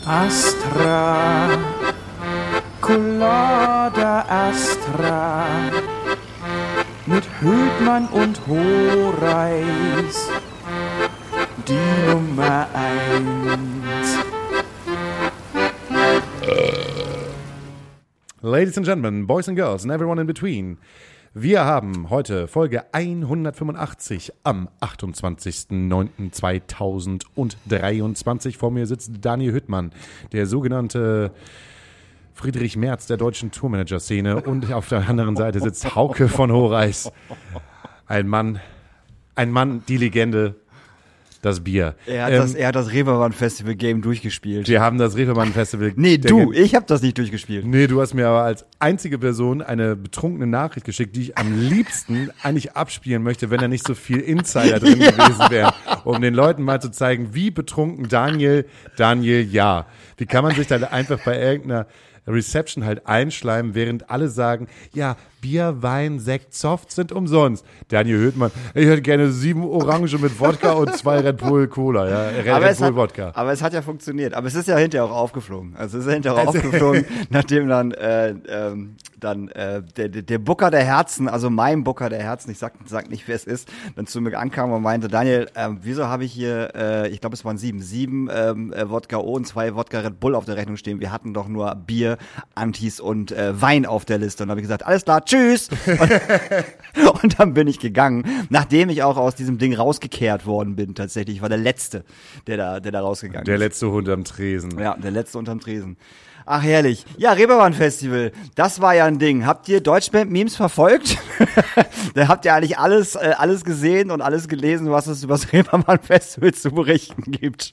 Astra, Colada Astra, mit Hödmann und Horeis, die Nummer 1. Ladies and Gentlemen, Boys and Girls and everyone in between. Wir haben heute Folge 185 am 28.09.2023. Vor mir sitzt Daniel Hüttmann, der sogenannte Friedrich Merz der deutschen Tourmanager-Szene. Und auf der anderen Seite sitzt Hauke von Horeis. Ein Mann, die Legende, das Bier. Er hat das Reeperbahn-Festival-Game durchgespielt. Wir haben das Reeperbahn-Festival... Nee, ich habe das nicht durchgespielt. Nee, du hast mir aber als einzige Person eine betrunkene Nachricht geschickt, die ich am liebsten eigentlich abspielen möchte, wenn da nicht so viel Insider drin gewesen wäre, um den Leuten mal zu zeigen, wie betrunken Daniel, ja. Wie kann man sich da einfach bei irgendeiner Reception halt einschleimen, während alle sagen, ja, Bier, Wein, Sekt, Soft sind umsonst. Daniel Hüttmann, ich hätte gerne 7 Orange mit Wodka und 2 Red Bull Cola, ja, Red Bull Wodka. Aber es hat ja funktioniert. Aber es ist ja hinterher auch aufgeflogen. Also es ist ja hinterher auch aufgeflogen, nachdem dann der Booker der Herzen, also mein Booker der Herzen, ich sag nicht, wer es ist, dann zu mir ankam und meinte, Daniel, wieso habe ich hier, ich glaube es waren 7 Wodka O und 2 Wodka Red Bull auf der Rechnung stehen. Wir hatten doch nur Bier, Antis und Wein auf der Liste. Und dann habe ich gesagt, alles klar, tschüss. Und dann bin ich gegangen, nachdem ich auch aus diesem Ding rausgekehrt worden bin. Tatsächlich, ich war der Letzte, der da rausgegangen ist. Der letzte Hund am Tresen. Ja, der Letzte unterm Tresen. Ach, herrlich. Ja, Reeperbahn-Festival, das war ja ein Ding. Habt ihr Deutschband-Memes verfolgt? Da habt ihr eigentlich alles gesehen und alles gelesen, was es über das Reeperbahn-Festival zu berichten gibt.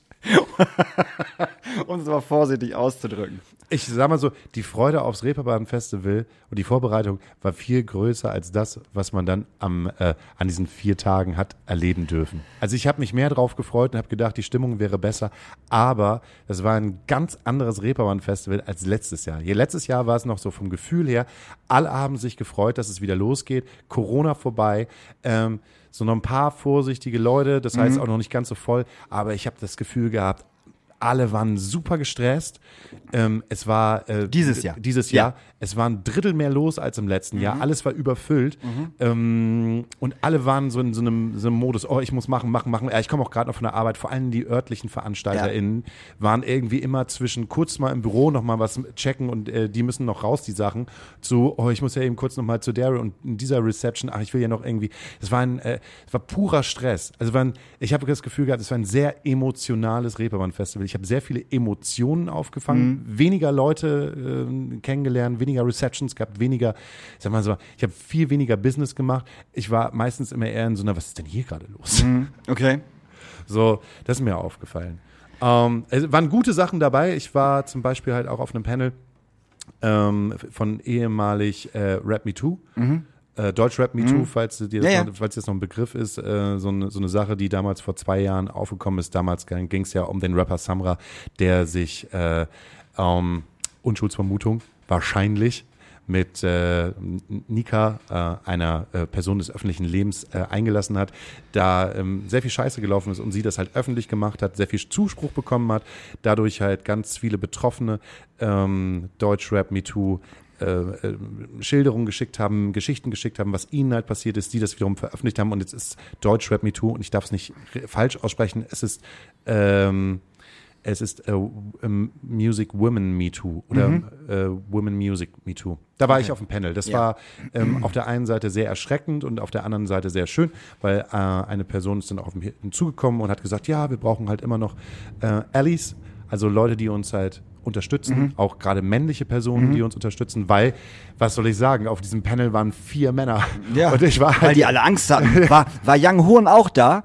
Um es mal vorsichtig auszudrücken. Ich sag mal so, die Freude aufs Reeperbahn-Festival und die Vorbereitung war viel größer als das, was man dann an diesen 4 Tagen hat erleben dürfen. Also ich habe mich mehr drauf gefreut und habe gedacht, die Stimmung wäre besser, aber das war ein ganz anderes Reeperbahn-Festival als letztes Jahr. Letztes Jahr war es noch so vom Gefühl her, alle haben sich gefreut, dass es wieder losgeht, Corona vorbei, so noch ein paar vorsichtige Leute, das heißt auch noch nicht ganz so voll, aber ich habe das Gefühl gehabt, alle waren super gestresst. Es war dieses Jahr. Ja. Es war ein Drittel mehr los als im letzten Jahr. Alles war überfüllt. Und alle waren so in so einem Modus, oh, ich muss machen. Ja, ich komme auch gerade noch von der Arbeit. Vor allem die örtlichen VeranstalterInnen waren irgendwie immer zwischen kurz mal im Büro noch mal was checken und die müssen noch raus, die Sachen, zu, oh, ich muss ja eben kurz noch mal zu der und in dieser Reception, ach, ich will ja noch irgendwie, es war purer Stress. Also ich habe das Gefühl gehabt, es war ein sehr emotionales Reeperbahn-Festival. Ich habe sehr viele Emotionen aufgefangen, weniger Leute kennengelernt, weniger Receptions gehabt, weniger, ich sag mal so, ich habe viel weniger Business gemacht. Ich war meistens immer eher in so einer, was ist denn hier gerade los? Okay. So, das ist mir aufgefallen. Es waren gute Sachen dabei. Ich war zum Beispiel halt auch auf einem Panel von ehemalig Rap Me Too. Deutschrap Me Too, falls das noch ein Begriff ist, so eine Sache, die damals vor 2 Jahren aufgekommen ist. Damals ging es ja um den Rapper Samra, der sich Unschuldsvermutung wahrscheinlich mit Nika, einer Person des öffentlichen Lebens, eingelassen hat, da sehr viel Scheiße gelaufen ist und sie das halt öffentlich gemacht hat, sehr viel Zuspruch bekommen hat, dadurch halt ganz viele Betroffene Deutschrap Me Too Schilderungen geschickt haben, Geschichten geschickt haben, was ihnen halt passiert ist, die das wiederum veröffentlicht haben und jetzt ist Deutschrap Me Too und ich darf es nicht falsch aussprechen, es ist Music Women Me Too oder Women Music Me Too. Da war ich auf dem Panel. Das war auf der einen Seite sehr erschreckend und auf der anderen Seite sehr schön, weil eine Person ist dann auf mich hinzugekommen und hat gesagt, ja, wir brauchen halt immer noch Allies, also Leute, die uns halt unterstützen, auch gerade männliche Personen, die uns unterstützen, weil, was soll ich sagen, auf diesem Panel waren 4 Männer. Ja, und ich war halt, weil die alle Angst hatten. War Young Horn auch da?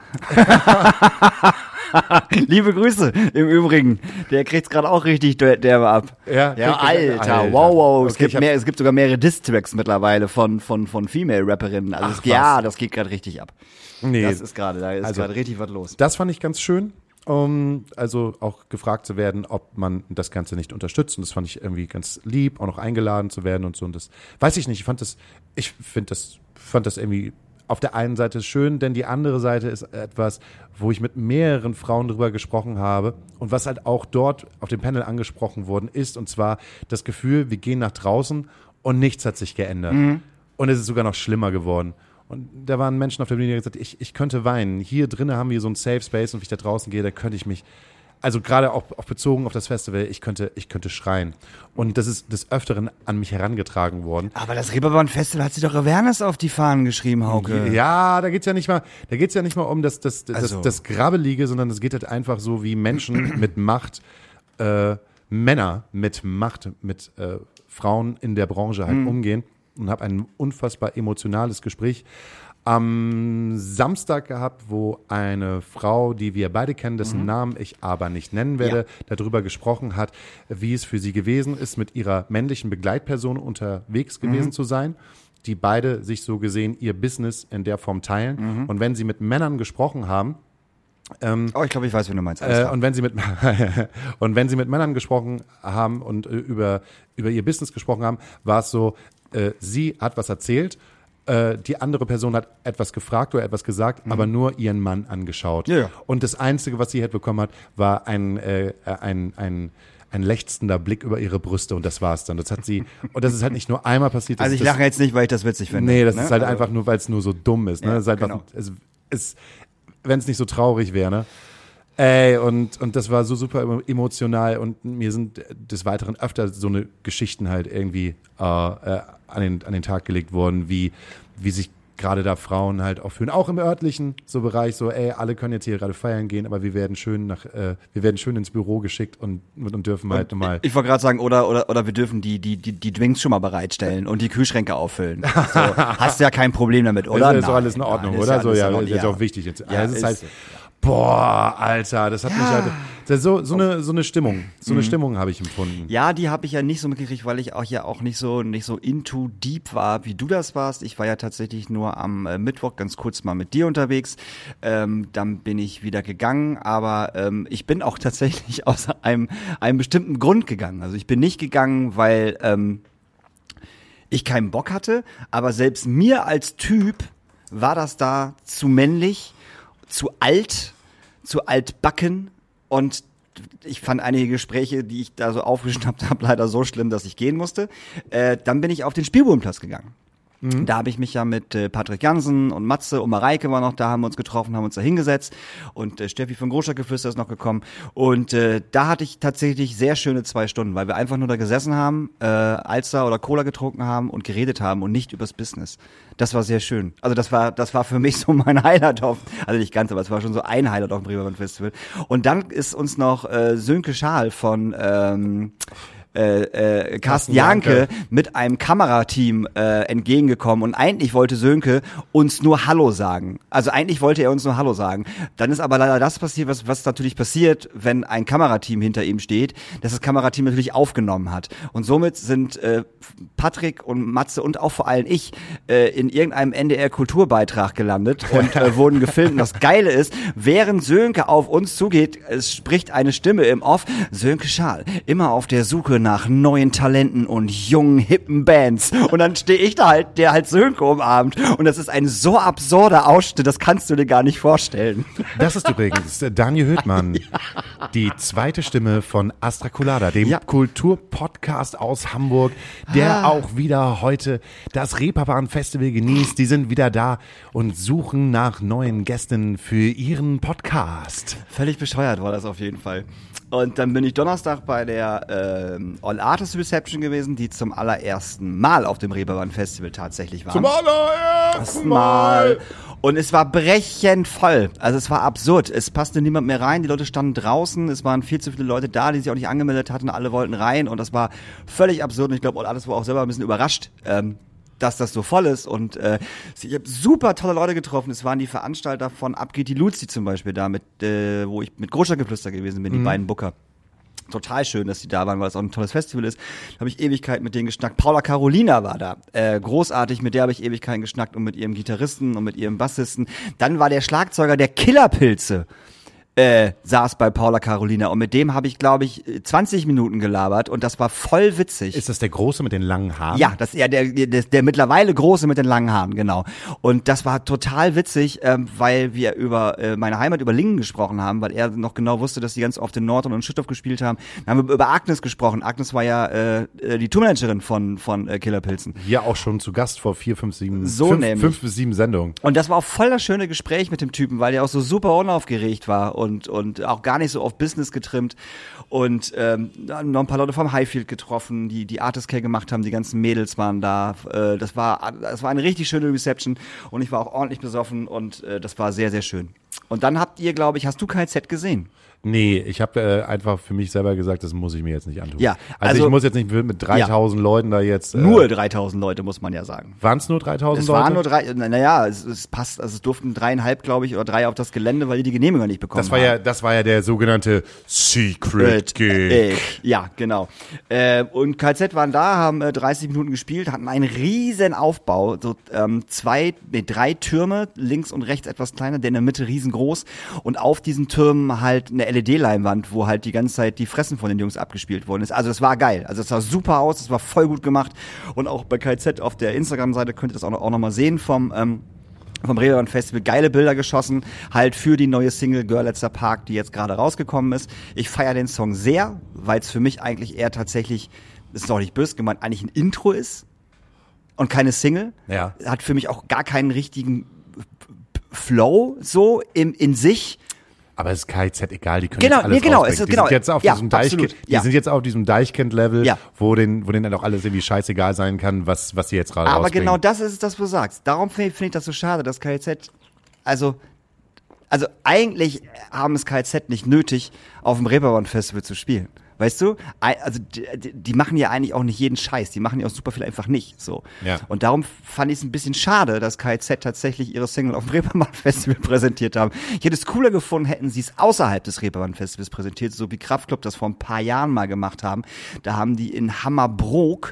Liebe Grüße im Übrigen. Der kriegt's gerade auch richtig derbe ab. Ja, Alter. Wow. Okay, es gibt sogar mehrere Diss-Tracks mittlerweile von Female-Rapperinnen. Also das geht gerade richtig ab. Nee. Da ist gerade richtig was los. Das fand ich ganz schön. Also auch gefragt zu werden, ob man das Ganze nicht unterstützt. Und das fand ich irgendwie ganz lieb, auch noch eingeladen zu werden und so. Und das weiß ich nicht. Ich fand das irgendwie auf der einen Seite schön, denn die andere Seite ist etwas, wo ich mit mehreren Frauen drüber gesprochen habe und was halt auch dort auf dem Panel angesprochen worden ist, und zwar das Gefühl, wir gehen nach draußen und nichts hat sich geändert. Und es ist sogar noch schlimmer geworden. Und da waren Menschen auf der Bühne, die gesagt haben, ich könnte weinen. Hier drinnen haben wir so einen Safe Space und wenn ich da draußen gehe, da könnte ich mich, also gerade auch bezogen auf das Festival, ich könnte schreien. Und das ist des Öfteren an mich herangetragen worden. Aber das Reeperbahn Festival hat sich doch Awareness auf die Fahnen geschrieben, Hauke. Ja, da geht's ja nicht mal um das Grabbelige, sondern es geht halt einfach so, wie Menschen mit Macht, Männer mit Macht, mit Frauen in der Branche halt umgehen. Und habe ein unfassbar emotionales Gespräch am Samstag gehabt, wo eine Frau, die wir beide kennen, dessen Namen ich aber nicht nennen werde, darüber gesprochen hat, wie es für sie gewesen ist, mit ihrer männlichen Begleitperson unterwegs gewesen zu sein, die beide sich so gesehen ihr Business in der Form teilen. Und wenn sie mit Männern gesprochen haben, ich glaube, ich weiß, wen du meinst. und wenn sie mit Männern gesprochen haben und über ihr Business gesprochen haben, war es so, sie hat was erzählt, die andere Person hat etwas gefragt oder etwas gesagt, aber nur ihren Mann angeschaut. Ja. Und das Einzige, was sie halt bekommen hat, war ein lechzender Blick über ihre Brüste und das war's dann. Das hat sie, und das ist halt nicht nur einmal passiert. Also ich lache jetzt nicht, weil ich das witzig finde. Nee, das ist halt einfach nur, weil es nur so dumm ist. Ne? Ja, es ist halt genau. wenn es nicht so traurig wäre, ne? Ey, und das war so super emotional und mir sind des Weiteren öfter so eine Geschichten halt irgendwie an den Tag gelegt worden, wie sich gerade da Frauen halt auch fühlen, auch im örtlichen so Bereich, so alle können jetzt hier gerade feiern gehen, aber wir werden schön ins Büro geschickt und dürfen halt nochmal. Ich wollte gerade sagen, oder wir dürfen die Drinks schon mal bereitstellen und die Kühlschränke auffüllen. So, hast ja kein Problem damit, oder? Ist doch alles in Ordnung, oder? Ist so, ja, ist ist auch wichtig jetzt. Ja, es ist halt, boah, Alter, das hat mich halt, so eine Stimmung habe ich empfunden. Ja, die habe ich ja nicht so mitgekriegt, weil ich auch nicht so into deep war, wie du das warst. Ich war ja tatsächlich nur am Mittwoch ganz kurz mal mit dir unterwegs. Dann bin ich wieder gegangen, aber ich bin auch tatsächlich aus einem bestimmten Grund gegangen. Also ich bin nicht gegangen, weil ich keinen Bock hatte, aber selbst mir als Typ war das da zu männlich, zu altbacken, und ich fand einige Gespräche, die ich da so aufgeschnappt habe, leider so schlimm, dass ich gehen musste. Dann bin ich auf den Spielbodenplatz gegangen. Da habe ich mich ja mit Patrick Jansen und Matze und Mareike war noch da, haben uns getroffen, haben uns da hingesetzt und Steffi von Großstadtgeflüster ist noch gekommen und da hatte ich tatsächlich sehr schöne 2 Stunden, weil wir einfach nur da gesessen haben, Alster oder Cola getrunken haben und geredet haben und nicht übers Business. Das war sehr schön. Also das war für mich so mein Highlight also nicht ganz, aber es war schon so ein Highlight auf dem Reeperbahn Festival. Und dann ist uns noch Sönke Schaal von Carsten Janke mit einem Kamerateam entgegengekommen und eigentlich wollte Sönke uns nur Hallo sagen. Also eigentlich wollte er uns nur Hallo sagen. Dann ist aber leider das passiert, was natürlich passiert, wenn ein Kamerateam hinter ihm steht, dass das Kamerateam natürlich aufgenommen hat. Und somit sind Patrick und Matze und auch vor allem ich in irgendeinem NDR-Kulturbeitrag gelandet und wurden gefilmt. Und das Geile ist, während Sönke auf uns zugeht, es spricht eine Stimme im Off, Sönke Schaal, immer auf der Suche nach neuen Talenten und jungen, hippen Bands. Und dann stehe ich da halt, der halt Sönke umarmt. Und das ist ein so absurder Ausschnitt, das kannst du dir gar nicht vorstellen. Das ist übrigens Daniel Höhtmann, die zweite Stimme von Astra Colada, dem Kulturpodcast aus Hamburg, der auch wieder heute das Reeperbahn Festival genießt. Die sind wieder da und suchen nach neuen Gästen für ihren Podcast. Völlig bescheuert war das auf jeden Fall. Und dann bin ich Donnerstag bei der All Artists Reception gewesen, die zum allerersten Mal auf dem Reeperbahn Festival tatsächlich waren. Zum allerersten Mal! Und es war brechend voll. Also es war absurd. Es passte niemand mehr rein. Die Leute standen draußen. Es waren viel zu viele Leute da, die sich auch nicht angemeldet hatten. Alle wollten rein. Und das war völlig absurd. Und ich glaube, All Artists war auch selber ein bisschen überrascht, dass das so voll ist. Und ich habe super tolle Leute getroffen. Es waren die Veranstalter von Ab geht die Luzi zum Beispiel da, wo ich mit Großstadtgeflüster gewesen bin, die beiden Booker. Total schön, dass die da waren, weil es auch ein tolles Festival ist. Da habe ich Ewigkeiten mit denen geschnackt. Paula Carolina war da. Großartig, mit der habe ich Ewigkeiten geschnackt und mit ihrem Gitarristen und mit ihrem Bassisten. Dann war der Schlagzeuger der Killerpilze. saß bei Paula Carolina und mit dem habe ich, glaube ich, 20 Minuten gelabert und das war voll witzig. Ist das der Große mit den langen Haaren? Ja, das ist ja der mittlerweile Große mit den langen Haaren, genau. Und das war total witzig, weil wir über meine Heimat, über Lingen gesprochen haben, weil er noch genau wusste, dass die ganz oft in Nordhorn und Schüttorf gespielt haben. Dann haben wir über Agnes gesprochen. Agnes war ja die Tourmanagerin von Killer Pilzen. Hier auch schon zu Gast vor 5 bis 7 Sendungen. Und das war auch voll das schöne Gespräch mit dem Typen, weil der auch so super unaufgeregt war und auch gar nicht so auf Business getrimmt. Und noch ein paar Leute vom Highfield getroffen, die Artist Care gemacht haben, die ganzen Mädels waren da. Das war eine richtig schöne Reception und ich war auch ordentlich besoffen und das war sehr, sehr schön. Und dann habt ihr, glaube ich, hast du KZ gesehen? Nee, ich habe einfach für mich selber gesagt, das muss ich mir jetzt nicht antun. Ja, also ich muss jetzt nicht mit 3000 Leuten da jetzt. Nur 3000 Leute, muss man ja sagen. Waren es nur 3000 Es Leute? waren nur 3, naja, es passt, also es durften 3,5, glaube ich, oder 3 auf das Gelände, weil die Genehmigung nicht bekommen haben. Das war ja der sogenannte Secret Gig. Ja, genau. Und KZ waren da, haben 30 Minuten gespielt, hatten einen riesen Aufbau, so 3 Türme, links und rechts etwas kleiner, der in der Mitte riesengroß und auf diesen Türmen halt eine LED-Leinwand, wo halt die ganze Zeit die Fressen von den Jungs abgespielt worden ist. Also es war geil. Also es sah super aus, es war voll gut gemacht. Und auch bei KZ auf der Instagram-Seite könnt ihr das auch noch mal sehen vom Reeperbahn Festival. Geile Bilder geschossen, halt für die neue Single Görlitzer Park, die jetzt gerade rausgekommen ist. Ich feiere den Song sehr, weil es für mich eigentlich eher tatsächlich, das ist auch nicht böse gemeint, eigentlich ein Intro ist und keine Single. Ja. Hat für mich auch gar keinen richtigen Flow so in sich. Aber es ist KZ egal, die können genau, jetzt alles genau, rausbringen. genau. Die sind jetzt auf diesem Deichkind, sind jetzt auf diesem Deichkind-Level, ja. wo denen halt auch alles irgendwie scheißegal sein kann, was sie jetzt gerade Aber rausbringen. genau das ist es, was du sagst. Darum finde ich das so schade, dass KZ, also eigentlich haben es KZ nicht nötig, auf dem Reeperbahn Festival zu spielen. Weißt du? Also die machen ja eigentlich auch nicht jeden Scheiß, die machen ja auch super viel einfach nicht. So. Ja. Und darum fand ich es ein bisschen schade, dass KZ tatsächlich ihre Single auf dem Reeperbahn Festival präsentiert haben. Ich hätte es cooler gefunden, hätten sie es außerhalb des Reeperbahn Festivals präsentiert, so wie Kraftklub das vor ein paar Jahren mal gemacht haben. Da haben die in Hammerbrook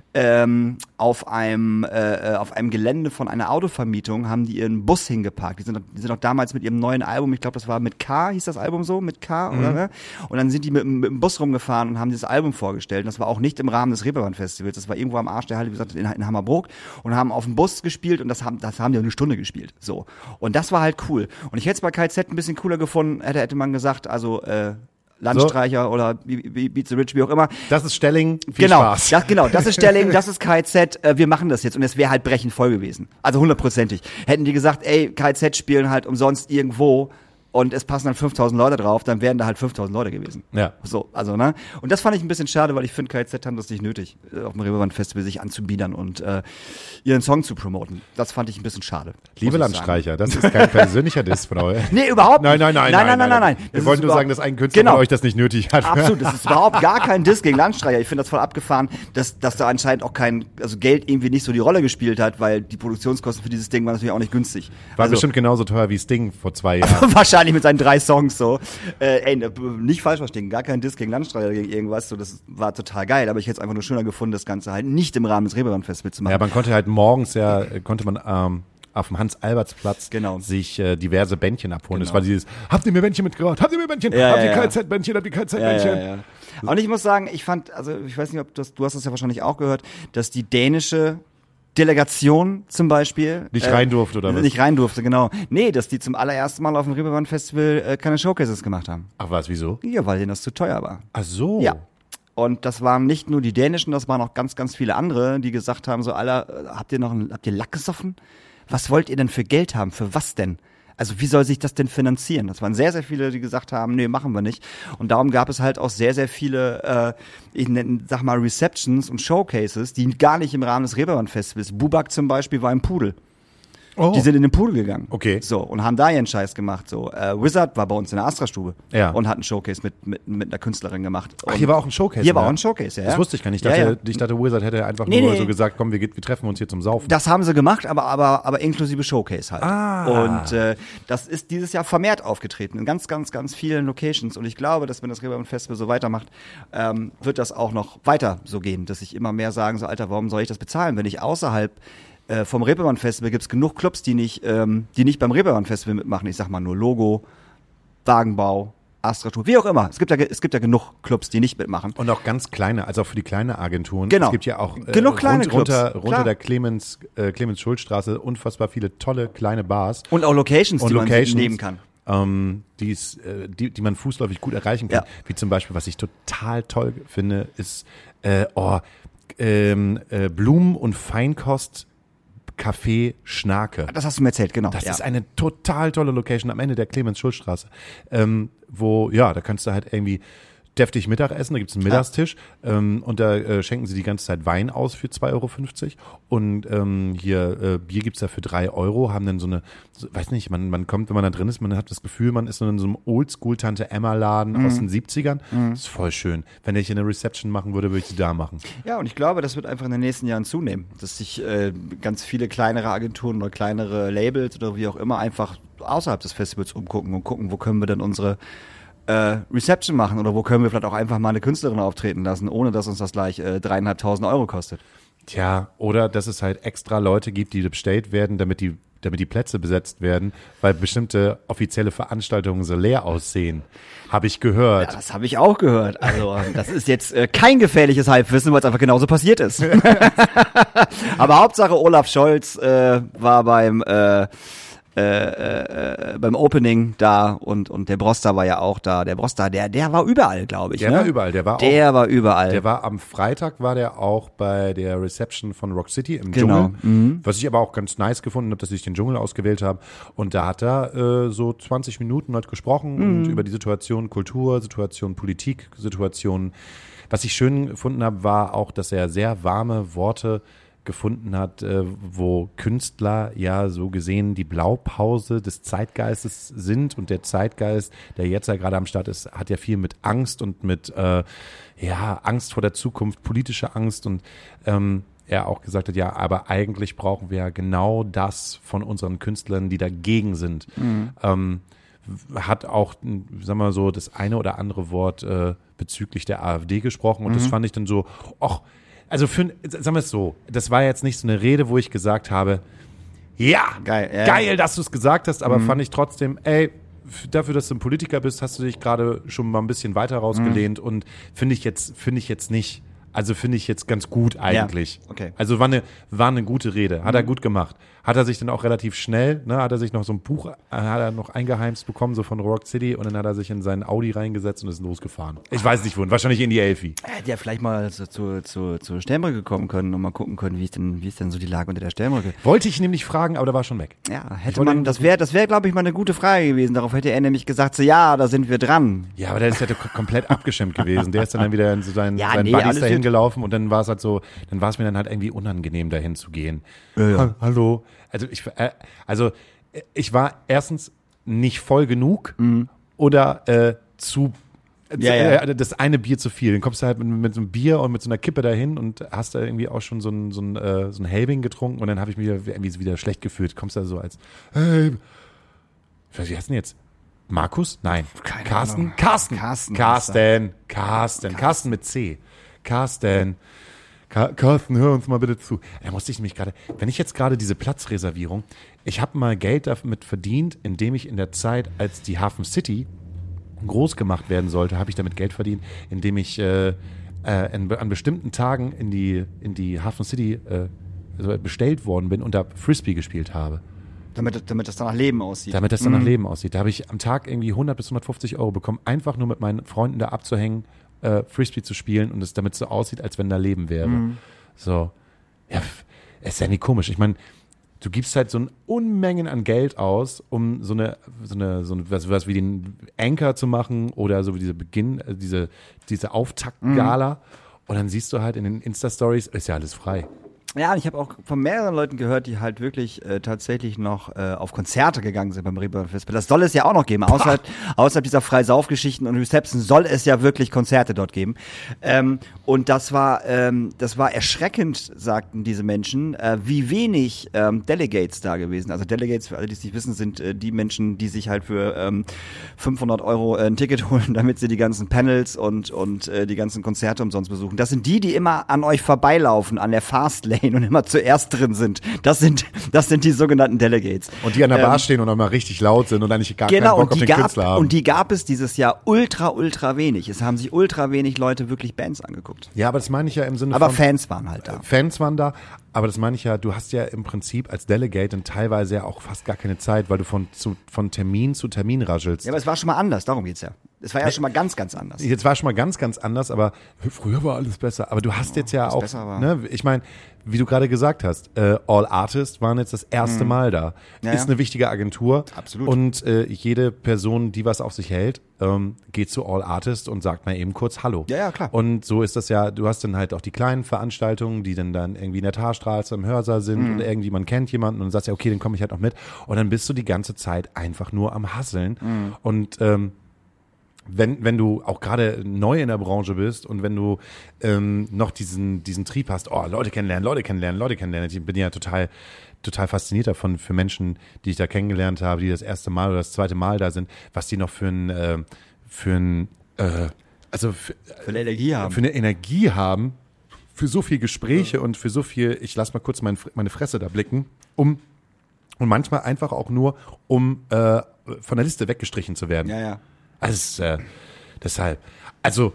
auf einem Gelände von einer Autovermietung haben die ihren Bus hingeparkt. Die sind auch damals mit ihrem neuen Album, ich glaube, das war mit K, hieß das Album so, mit K, oder? Ne? Und dann sind die mit dem Bus rumgefahren und haben dieses Album vorgestellt. Und das war auch nicht im Rahmen des Reeperbahn Festivals, das war irgendwo am Arsch der Halle, wie gesagt, in Hammerbrook und haben auf dem Bus gespielt und das haben die auch eine Stunde gespielt. So. Und das war halt cool. Und ich hätte es bei KZ ein bisschen cooler gefunden, hätte man gesagt, also Landstreicher oder Beat the Rich, wie auch immer. Das ist Stelling, viel Spaß. Das ist Stelling, das ist KZ, wir machen das jetzt und es wäre halt brechend voll gewesen. Also 100%. Hätten die gesagt, ey, KZ spielen halt umsonst irgendwo und es passen dann 5000 Leute drauf, dann wären da halt 5000 Leute gewesen. Ja. So, also, ne? Und das fand ich ein bisschen schade, weil ich finde, KZ haben das nicht nötig, auf dem Reeperbahn Festival sich anzubiedern und ihren Song zu promoten. Das fand ich ein bisschen schade. Liebe Landstreicher, das ist kein persönlicher Diss von euch. Nee, überhaupt nicht. Nein. Wir wollen nur sagen, dass ein Künstler von euch das nicht nötig hat. Absolut, das ist überhaupt gar kein Diss gegen Landstreicher. Ich finde das voll abgefahren, dass da anscheinend auch Geld irgendwie nicht so die Rolle gespielt hat, weil die Produktionskosten für dieses Ding waren natürlich auch nicht günstig. War bestimmt genauso teuer wie Sting vor 2 Jahren. Wahrscheinlich mit seinen 3 Songs so. Nicht falsch verstehen, gar kein Diss gegen Landstreicher, gegen irgendwas. So, das war total geil, aber ich hätte es einfach nur schöner gefunden, das Ganze halt nicht im Rahmen des Reeperbahn Festivals zu machen. Ja, man konnte halt morgens auf dem Hans-Alberts-Platz sich diverse Bändchen abholen. Genau. Das war dieses, habt ihr mir Bändchen mitgebracht? Habt ihr mir Bändchen? Habt ihr KZ-Bändchen? Habt ihr KZ-Bändchen? Ja. Und ich muss sagen, ich fand, also ich weiß nicht, du hast das ja wahrscheinlich auch gehört, dass die dänische Delegation zum Beispiel nicht rein durfte, oder was? Nicht rein durfte, genau. Nee, dass die zum allerersten Mal auf dem Reeperbahn Festival keine Showcases gemacht haben. Ach was, wieso? Ja, weil denen das zu teuer war. Ach so. Ja. Und das waren nicht nur die Dänischen, das waren auch ganz, ganz viele andere, die gesagt haben, so, Alter, habt ihr Lack gesoffen? Was wollt ihr denn für Geld haben? Für was denn? Also wie soll sich das denn finanzieren? Das waren sehr, sehr viele, die gesagt haben, nee, machen wir nicht. Und darum gab es halt auch sehr, sehr viele, sag mal, Receptions und Showcases, die gar nicht im Rahmen des Reeperbahn Festivals. Bubak zum Beispiel war im Pudel. Oh. Die sind in den Pool gegangen. Okay. So, und haben da ihren Scheiß gemacht. So, Wizard war bei uns in der Astra-Stube. Ja. Und hat einen Showcase mit einer Künstlerin gemacht. Ach, hier war auch ein Showcase. Hier war auch ein Showcase, ja. Das wusste ich gar nicht. Ich dachte, Wizard hätte einfach so gesagt, komm, wir treffen uns hier zum Saufen. Das haben sie gemacht, aber inklusive Showcase halt. Und das ist dieses Jahr vermehrt aufgetreten in ganz, ganz, ganz vielen Locations. Und ich glaube, dass wenn das Reeperbahn Festival so weitermacht, wird das auch noch weiter so gehen, dass sich immer mehr sagen, so, Alter, warum soll ich das bezahlen, wenn ich außerhalb vom Reeperbahn Festival gibt es genug Clubs, die nicht beim Reeperbahn Festival mitmachen. Ich sag mal nur Logo, Wagenbau, Astra Tour, wie auch immer. Es gibt ja genug Clubs, die nicht mitmachen. Und auch ganz kleine, also auch für die kleine Agenturen. Genau. Es gibt ja auch genug kleine Clubs. runter der Clemens-Schulz-Straße unfassbar viele tolle kleine Bars. Und auch Locations, die man nehmen kann. Die man fußläufig gut erreichen kann. Ja. Wie zum Beispiel, was ich total toll finde, ist Blumen- und Feinkost Café Schnarke. Das hast du mir erzählt, genau. Das ist eine total tolle Location am Ende der Clemens-Schulz-Straße, da kannst du halt irgendwie deftig Mittag essen, da gibt's einen Mittagstisch und da schenken sie die ganze Zeit Wein aus für 2,50 € und Bier gibt's da für 3 €, haben dann weiß nicht, man kommt, wenn man da drin ist, man hat das Gefühl, man ist in so einem Oldschool-Tante-Emma-Laden aus den 70ern. Das ist voll schön. Wenn ich eine Reception machen würde ich sie da machen. Ja, und ich glaube, das wird einfach in den nächsten Jahren zunehmen, dass sich ganz viele kleinere Agenturen oder kleinere Labels oder wie auch immer einfach außerhalb des Festivals umgucken und gucken, wo können wir denn unsere Reception machen oder wo können wir vielleicht auch einfach mal eine Künstlerin auftreten lassen, ohne dass uns das gleich 3.500 € kostet. Tja, oder dass es halt extra Leute gibt, die bestellt werden, damit die Plätze besetzt werden, weil bestimmte offizielle Veranstaltungen so leer aussehen. Habe ich gehört. Ja, das habe ich auch gehört. Also das ist jetzt kein gefährliches Halbwissen, weil es einfach genauso passiert ist. Aber Hauptsache Olaf Scholz war beim Opening da und der Broster war ja auch da. Der Broster, der war überall, glaube ich. Der war überall. Der war überall. Der war am Freitag war der auch bei der Reception von Rock City im Dschungel. Was ich aber auch ganz nice gefunden habe, dass ich den Dschungel ausgewählt habe. Und da hat er so 20 Minuten halt gesprochen und über die Situation Kultur, Situation Politik, Situation. Was ich schön gefunden habe, war auch, dass er sehr warme Worte gefunden hat, wo Künstler ja so gesehen die Blaupause des Zeitgeistes sind und der Zeitgeist, der jetzt ja gerade am Start ist, hat ja viel mit Angst und mit Angst vor der Zukunft, politische Angst und er auch gesagt hat, ja, aber eigentlich brauchen wir ja genau das von unseren Künstlern, die dagegen sind. Hat auch, sagen wir so, das eine oder andere Wort bezüglich der AfD gesprochen und das fand ich dann so, also sagen wir es so, das war jetzt nicht so eine Rede, wo ich gesagt habe, ja, geil, dass du es gesagt hast, aber fand ich trotzdem, dafür, dass du ein Politiker bist, hast du dich gerade schon mal ein bisschen weiter rausgelehnt und finde ich jetzt nicht. Also finde ich jetzt ganz gut eigentlich. Ja, okay. Also war eine gute Rede. Hat er gut gemacht. Hat er sich dann auch relativ schnell, hat er sich noch so ein Buch, hat er noch eingeheimst bekommen, so von Rock City und dann hat er sich in seinen Audi reingesetzt und ist losgefahren. Ich weiß nicht wohin, wahrscheinlich in die Elfi. Er hätte ja vielleicht mal zur Sternbrücke kommen können und mal gucken können, wie ist denn so die Lage unter der Sternbrücke. Wollte ich nämlich fragen, aber da war schon weg. Ja, das wäre glaube ich mal eine gute Frage gewesen. Darauf hätte er nämlich gesagt, so ja, da sind wir dran. Ja, aber der ist ja komplett abgeschirmt gewesen. Der ist dann wieder in so seinen Buddies dahin gelaufen und dann war es halt so, dann war es mir dann halt irgendwie unangenehm, dahin zu gehen. Ja. Hallo. Also ich war erstens nicht voll genug oder das eine Bier zu viel. Dann kommst du halt mit so einem Bier und mit so einer Kippe dahin und hast da irgendwie auch schon so ein Helbing getrunken und dann habe ich mich irgendwie wieder schlecht gefühlt. Kommst da so als, hey, wie heißt denn jetzt? Markus? Nein. Keine Carsten? Ahnung. Carsten mit C. Carsten, hör uns mal bitte zu. Da musste ich nämlich gerade, wenn ich jetzt gerade diese Platzreservierung, ich habe mal Geld damit verdient, indem ich in der Zeit, als die Hafen City groß gemacht werden sollte, habe ich damit Geld verdient, indem ich an bestimmten Tagen in die Hafen City bestellt worden bin und da Frisbee gespielt habe. Damit das dann nach Leben aussieht. Damit das dann nach Leben aussieht. Da habe ich am Tag irgendwie 100 bis 150 € bekommen, einfach nur mit meinen Freunden da abzuhängen, Frisbee zu spielen und es damit so aussieht, als wenn da Leben wäre. So. Ja, ist ja nicht komisch. Ich meine, du gibst halt so ein Unmengen an Geld aus, um so was wie den Anchor zu machen oder so wie diese Auftaktgala. Und dann siehst du halt in den Insta-Stories, ist ja alles frei. Ja, und ich habe auch von mehreren Leuten gehört, die halt wirklich tatsächlich noch auf Konzerte gegangen sind beim Reeperbahn Festival. Das soll es ja auch noch geben. Außerhalb dieser Freisaufgeschichten und Reception soll es ja wirklich Konzerte dort geben. Und das war erschreckend, sagten diese Menschen, wie wenig Delegates da gewesen. Also Delegates, für alle, die es nicht wissen, sind die Menschen, die sich halt für 500 € ein Ticket holen, damit sie die ganzen Panels und die ganzen Konzerte umsonst besuchen. Das sind die immer an euch vorbeilaufen, an der Fastlane stehen und immer zuerst drin sind. Das sind die sogenannten Delegates. Und die an der Bar stehen und auch mal richtig laut sind und eigentlich gar keinen Bock auf den Künstler haben. Und die gab es dieses Jahr ultra wenig. Es haben sich ultra wenig Leute wirklich Bands angeguckt. Ja, aber das meine ich ja im Sinne aber von... Fans waren halt da. Fans waren da, aber das meine ich ja, du hast ja im Prinzip als Delegate dann teilweise ja auch fast gar keine Zeit, weil du von Termin zu Termin raschelst. Ja, aber es war schon mal anders, darum geht's ja. Es war ja schon mal ganz anders. Jetzt war schon mal ganz anders, aber früher war alles besser. Aber du hast jetzt ja auch, ne, ich meine, wie du gerade gesagt hast, All Artists waren jetzt das erste Mal da. Ja, ist eine wichtige Agentur. Absolut. Und jede Person, die was auf sich hält, geht zu All Artists und sagt mal eben kurz Hallo. Ja, klar. Und so ist das ja, du hast dann halt auch die kleinen Veranstaltungen, die dann irgendwie in der Tarstraße im Hörsaal sind und irgendwie man kennt jemanden und du sagst ja, okay, dann komme ich halt noch mit. Und dann bist du die ganze Zeit einfach nur am Hasseln. Und wenn du auch gerade neu in der Branche bist und wenn du noch diesen Trieb hast, Leute kennenlernen. Ich bin ja total fasziniert davon für Menschen, die ich da kennengelernt habe, die das erste Mal oder das zweite Mal da sind, was die noch für eine Energie haben, für so viel Gespräche und für so viel, ich lass mal kurz meine Fresse da blicken, und manchmal einfach auch nur, um von der Liste weggestrichen zu werden. Ja. Also deshalb, also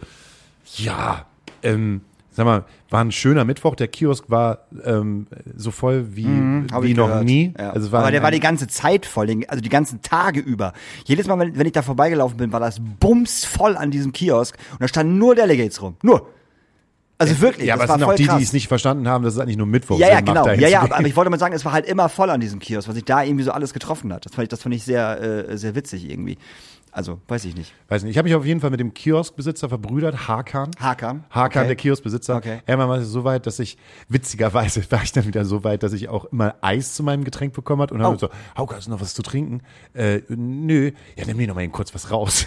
ja, sag mal, war ein schöner Mittwoch. Der Kiosk war so voll wie noch nie. Ja. Also aber der war die ganze Zeit voll, also die ganzen Tage über. Jedes Mal, wenn ich da vorbeigelaufen bin, war das bumsvoll an diesem Kiosk und da standen nur Delegates rum. Nur. Also wirklich, ja, aber das es sind war auch voll die es nicht verstanden haben, dass es eigentlich nur Mittwoch Ja, Sinn genau. macht, Ja, aber ich wollte mal sagen, es war halt immer voll an diesem Kiosk, was sich da irgendwie so alles getroffen hat. Das fand ich sehr, sehr witzig irgendwie. Also, weiß ich nicht. Ich habe mich auf jeden Fall mit dem Kioskbesitzer verbrüdert, Hakan, okay. der Kioskbesitzer. Okay. Irgendwann war es so weit, dass witzigerweise war ich dann wieder so weit, dass ich auch immer Eis zu meinem Getränk bekommen habe und habe so, Hauke, hast du noch was zu trinken? Nö. Ja, nimm mir noch mal eben kurz was raus.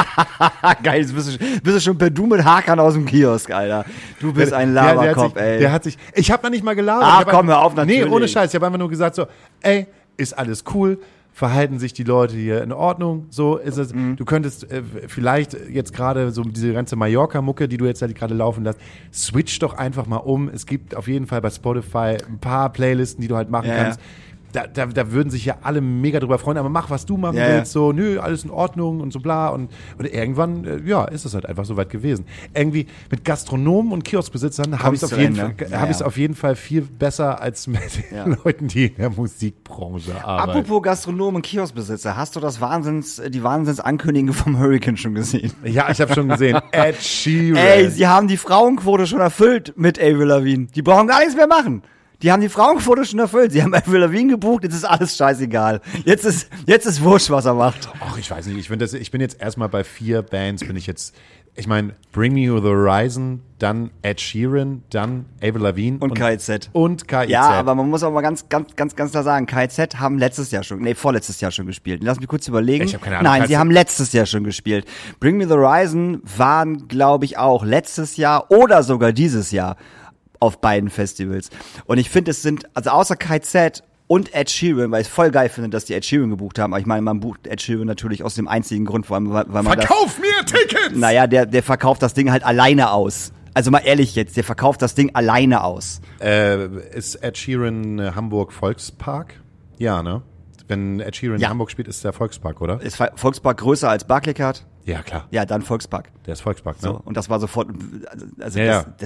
Geil, jetzt bist du schon per Du mit Hakan aus dem Kiosk, Alter. Du bist ein Laberkopf, ey. Ich habe noch nicht mal gelabert. Ach komm, hör auf, natürlich. Nee, ohne Scheiß. Ich habe einfach nur gesagt so, ey, ist alles cool. Verhalten sich die Leute hier in Ordnung, so ist es. Du könntest vielleicht jetzt gerade so diese ganze Mallorca-Mucke, die du jetzt halt gerade laufen lässt, switch doch einfach mal um. Es gibt auf jeden Fall bei Spotify ein paar Playlisten, die du halt machen kannst. Da würden sich ja alle mega drüber freuen, aber mach, was du machen willst, so, nö, alles in Ordnung und so bla und irgendwann, ist es halt einfach so weit gewesen. Irgendwie mit Gastronomen und Kioskbesitzern habe ich es auf jeden Fall viel besser als mit den Leuten, die in der Musikbranche arbeiten. Apropos Gastronomen und Kioskbesitzer, hast du die Wahnsinnsankündigung vom Hurricane schon gesehen? Ja, ich habe schon gesehen. Ed Sheeran. Ey, sie haben die Frauenquote schon erfüllt mit Avril Lavigne. Die brauchen gar nichts mehr machen. Die haben die Frauenquote schon erfüllt. Sie haben Avril Lavigne gebucht, jetzt ist alles scheißegal. Jetzt ist wurscht, was er macht. Ach, ich weiß nicht. Ich bin jetzt erstmal bei 4 Bands, ich meine, Bring Me the Horizon, dann Ed Sheeran, dann Avril Lavigne und KIZ. Ja, aber man muss auch mal ganz klar sagen, KIZ haben vorletztes Jahr schon gespielt. Lass mich kurz überlegen. Ich habe keine Ahnung. Nein, sie haben letztes Jahr schon gespielt. Bring Me the Horizon waren, glaube ich, auch letztes Jahr oder sogar dieses Jahr auf beiden Festivals. Und ich finde, es sind, also außer KIZ und Ed Sheeran, weil ich es voll geil finde, dass die Ed Sheeran gebucht haben. Aber ich meine, man bucht Ed Sheeran natürlich aus dem einzigen Grund, weil man Verkauf mir Tickets! Naja, der verkauft das Ding halt alleine aus. Also mal ehrlich jetzt, der verkauft das Ding alleine aus. Ist Ed Sheeran Hamburg Volkspark? Ja, ne? Wenn Ed Sheeran in Hamburg spielt, ist der Volkspark, oder? Ist Volkspark größer als Barclaycard? Ja, klar. Ja, dann Volkspark. Der ist Volkspark, ne? So, und das war sofort, das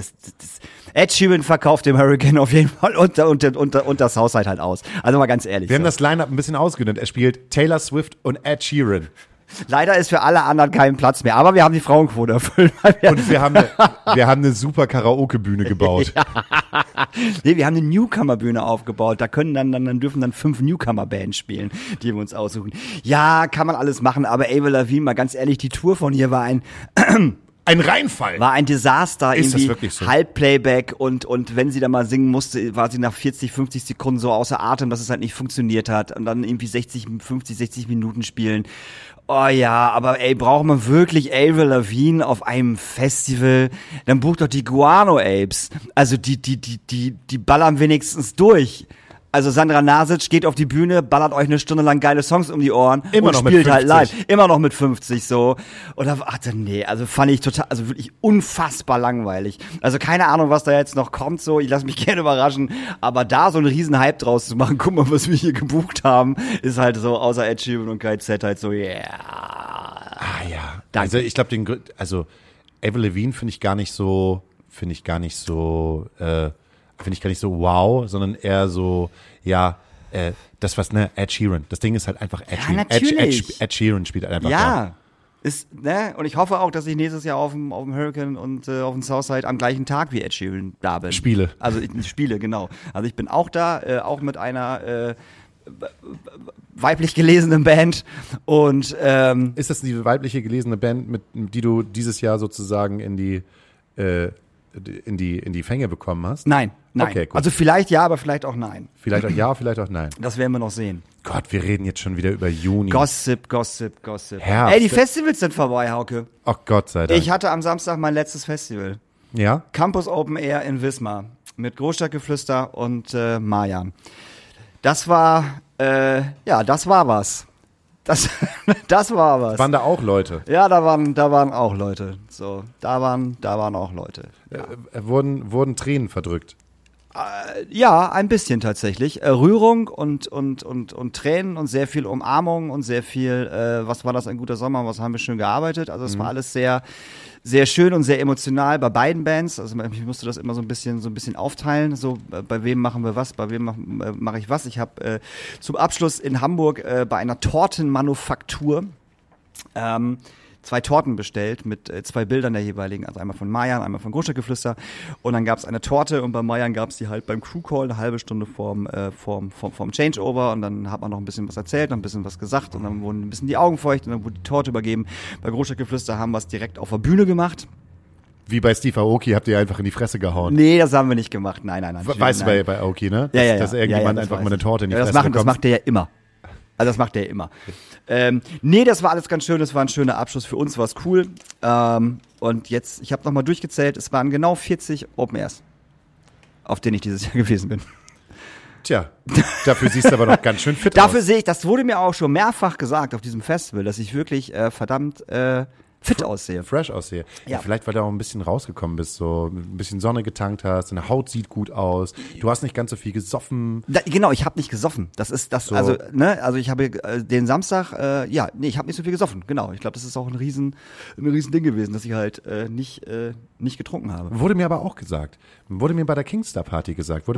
Ed Sheeran verkauft dem Hurricane auf jeden Fall und das Haushalt halt aus. Also mal ganz ehrlich. Wir haben das Line-Up ein bisschen ausgedünnt. Er spielt Taylor Swift und Ed Sheeran. Leider ist für alle anderen kein Platz mehr, aber wir haben die Frauenquote erfüllt. Und wir haben eine super Karaoke-Bühne gebaut. Nee, wir haben eine Newcomer-Bühne aufgebaut. Da dürfen dann 5 Newcomer-Bands spielen, die wir uns aussuchen. Ja, kann man alles machen, aber Avril Lavigne, mal ganz ehrlich, die Tour von hier war ein Reinfall. War ein Desaster. Ist irgendwie das wirklich so? Halbplayback und wenn sie da mal singen musste, war sie nach 40, 50 Sekunden so außer Atem, dass es halt nicht funktioniert hat. Und dann irgendwie 60 Minuten spielen. Oh ja, aber ey, braucht man wirklich Avril Lavigne auf einem Festival? Dann bucht doch die Guano Apes. Also die ballern wenigstens durch. Also Sandra Nasic geht auf die Bühne, ballert euch eine Stunde lang geile Songs um die Ohren Immer und noch mit spielt halt 50. live. Immer noch mit 50 so. Und da fand ich total, also wirklich unfassbar langweilig. Also keine Ahnung, was da jetzt noch kommt so, ich lasse mich gerne überraschen, aber da so einen riesen Hype draus zu machen, guck mal, was wir hier gebucht haben, ist halt so, außer Ed Sheeran und KZ halt so, yeah. Ah ja. Danke. Also ich glaube, Avril Lavigne finde ich gar nicht so wow, sondern eher so, das was, Ed Sheeran. Das Ding ist halt einfach Ed Sheeran. natürlich. Ed Sheeran spielt halt einfach da. Ja. Ist, ne? Und ich hoffe auch, dass ich nächstes Jahr auf dem Hurricane und auf dem Southside am gleichen Tag wie Ed Sheeran da bin. Spiele. Also ich spiele, genau. Also ich bin auch da, auch mit einer weiblich gelesenen Band und Ist das die weibliche gelesene Band, mit die du dieses Jahr sozusagen in die Fänge bekommen hast? nein. Okay, gut. Also vielleicht ja, aber vielleicht auch nein. Vielleicht auch ja, vielleicht auch nein. Das werden wir noch sehen. Gott, wir reden jetzt schon wieder über Juni. Gossip. Herbst. Ey, die Festivals sind vorbei, Hauke. Ach Gott sei Dank. Ich hatte am Samstag mein letztes Festival. Ja? Campus Open Air in Wismar mit Großstadtgeflüster und Marjan. Das war was. Das war was. Waren da auch Leute? Ja, da waren auch Leute. So, da waren auch Leute. Ja. Wurden Tränen verdrückt? Ja, ein bisschen tatsächlich. Rührung und Tränen und sehr viel Umarmung und sehr viel, was war das ein guter Sommer, was haben wir schön gearbeitet. Also es war alles sehr, sehr schön und sehr emotional bei beiden Bands. Also ich musste das immer so ein bisschen aufteilen. So, bei wem machen wir was, bei wem mache ich was. Ich habe zum Abschluss in Hamburg bei einer Tortenmanufaktur 2 Torten bestellt mit 2 Bildern der jeweiligen, also einmal von Marjan, einmal von Großstadtgeflüster. Und dann gab es eine Torte und bei Marjan gab es die halt beim Crew-Call eine halbe Stunde vorm Changeover und dann hat man noch ein bisschen was erzählt, noch ein bisschen was gesagt und dann wurden ein bisschen die Augen feucht und dann wurde die Torte übergeben. Bei Großstadtgeflüster haben wir es direkt auf der Bühne gemacht. Wie bei Steve Aoki habt ihr einfach in die Fresse gehauen. Nee, das haben wir nicht gemacht. Nein. Weißt du bei Aoki, ne? Dass irgendjemand einfach mal eine Torte in die Fresse bekommt. Das macht der ja immer. Also das macht der ja immer. Nee, das war alles ganz schön, das war ein schöner Abschluss. Für uns war es cool. Und jetzt, ich habe nochmal durchgezählt, es waren genau 40 Open Airs, auf denen ich dieses Jahr gewesen bin. Tja, dafür siehst du aber noch ganz schön fit aus. Dafür sehe ich, das wurde mir auch schon mehrfach gesagt auf diesem Festival, dass ich wirklich verdammt fit aussehe. Fresh aussehe. Ja, vielleicht, weil du auch ein bisschen rausgekommen bist, so ein bisschen Sonne getankt hast, deine Haut sieht gut aus, du hast nicht ganz so viel gesoffen. Genau, ich habe nicht gesoffen. Das ist das, so. Also ich habe den Samstag, ich habe nicht so viel gesoffen, genau. Ich glaube, das ist auch ein riesen Ding gewesen, dass ich halt nicht getrunken habe. Wurde mir aber auch gesagt. Wurde mir bei der Kingstar Party gesagt.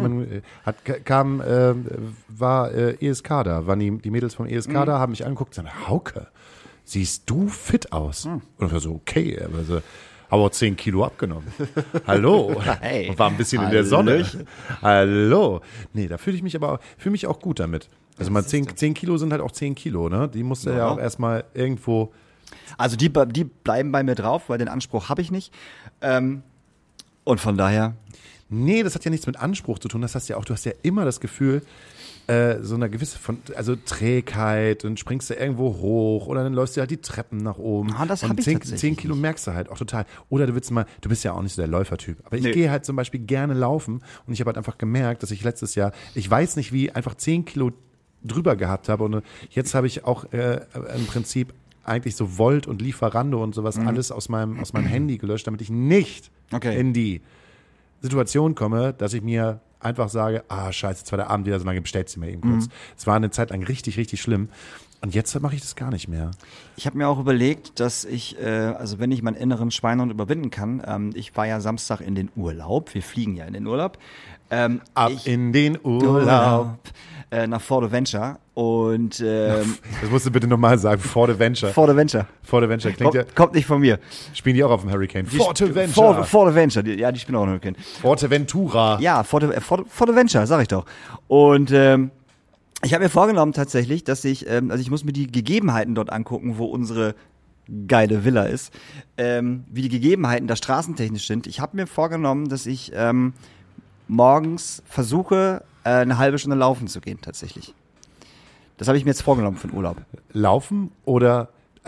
War ESK da, waren die Mädels vom ESK da, haben mich angeguckt und gesagt, Hauke, siehst du fit aus? Und ich war so, okay, aber so, habe auch 10 Kilo abgenommen. Hallo. Hey. Und war ein bisschen in der Sonne. Hallo. Nee, da fühle mich auch gut damit. Also mal 10 Kilo sind halt auch 10 Kilo, ne? Die musst du ja auch erstmal irgendwo. Also die bleiben bei mir drauf, weil den Anspruch habe ich nicht. Und von daher. Nee, das hat ja nichts mit Anspruch zu tun. Du hast ja immer das Gefühl, so eine gewisse Trägheit, dann springst du irgendwo hoch oder dann läufst du halt die Treppen nach oben. Das und habe ich 10 Kilo merkst du halt auch total. Oder du bist ja auch nicht so der Läufertyp. Aber ich gehe halt zum Beispiel gerne laufen und ich habe halt einfach gemerkt, dass ich letztes Jahr, ich weiß nicht wie, einfach 10 Kilo drüber gehabt habe und jetzt habe ich auch im Prinzip eigentlich so Volt und Lieferando und sowas alles aus meinem Handy gelöscht, damit ich nicht in die Situation komme, dass ich mir einfach sage, scheiße, jetzt war der Abend wieder so lange, bestellst du mir eben kurz. Es war eine Zeit lang richtig, richtig schlimm. Und jetzt mache ich das gar nicht mehr. Ich habe mir auch überlegt, dass ich, also wenn ich meinen inneren Schweinehund überwinden kann, ich war ja Samstag in den Urlaub, wir fliegen ja in den Urlaub. In den Urlaub. Nach Forteventure und das musst du bitte nochmal sagen, Forteventure. Forteventure klingt ja. Kommt nicht von mir. Spielen die auch auf dem Hurricane? Forteventure. Forteventure, die spielen auch auf dem Hurricane. Forteventura. Ja, Forteventure, sag ich doch. Und ich habe mir vorgenommen tatsächlich, dass ich muss mir die Gegebenheiten dort angucken, wo unsere geile Villa ist, wie die Gegebenheiten da straßentechnisch sind. Ich habe mir vorgenommen, dass ich morgens versuche, eine halbe Stunde laufen zu gehen, tatsächlich. Das habe ich mir jetzt vorgenommen für den Urlaub. Laufen oder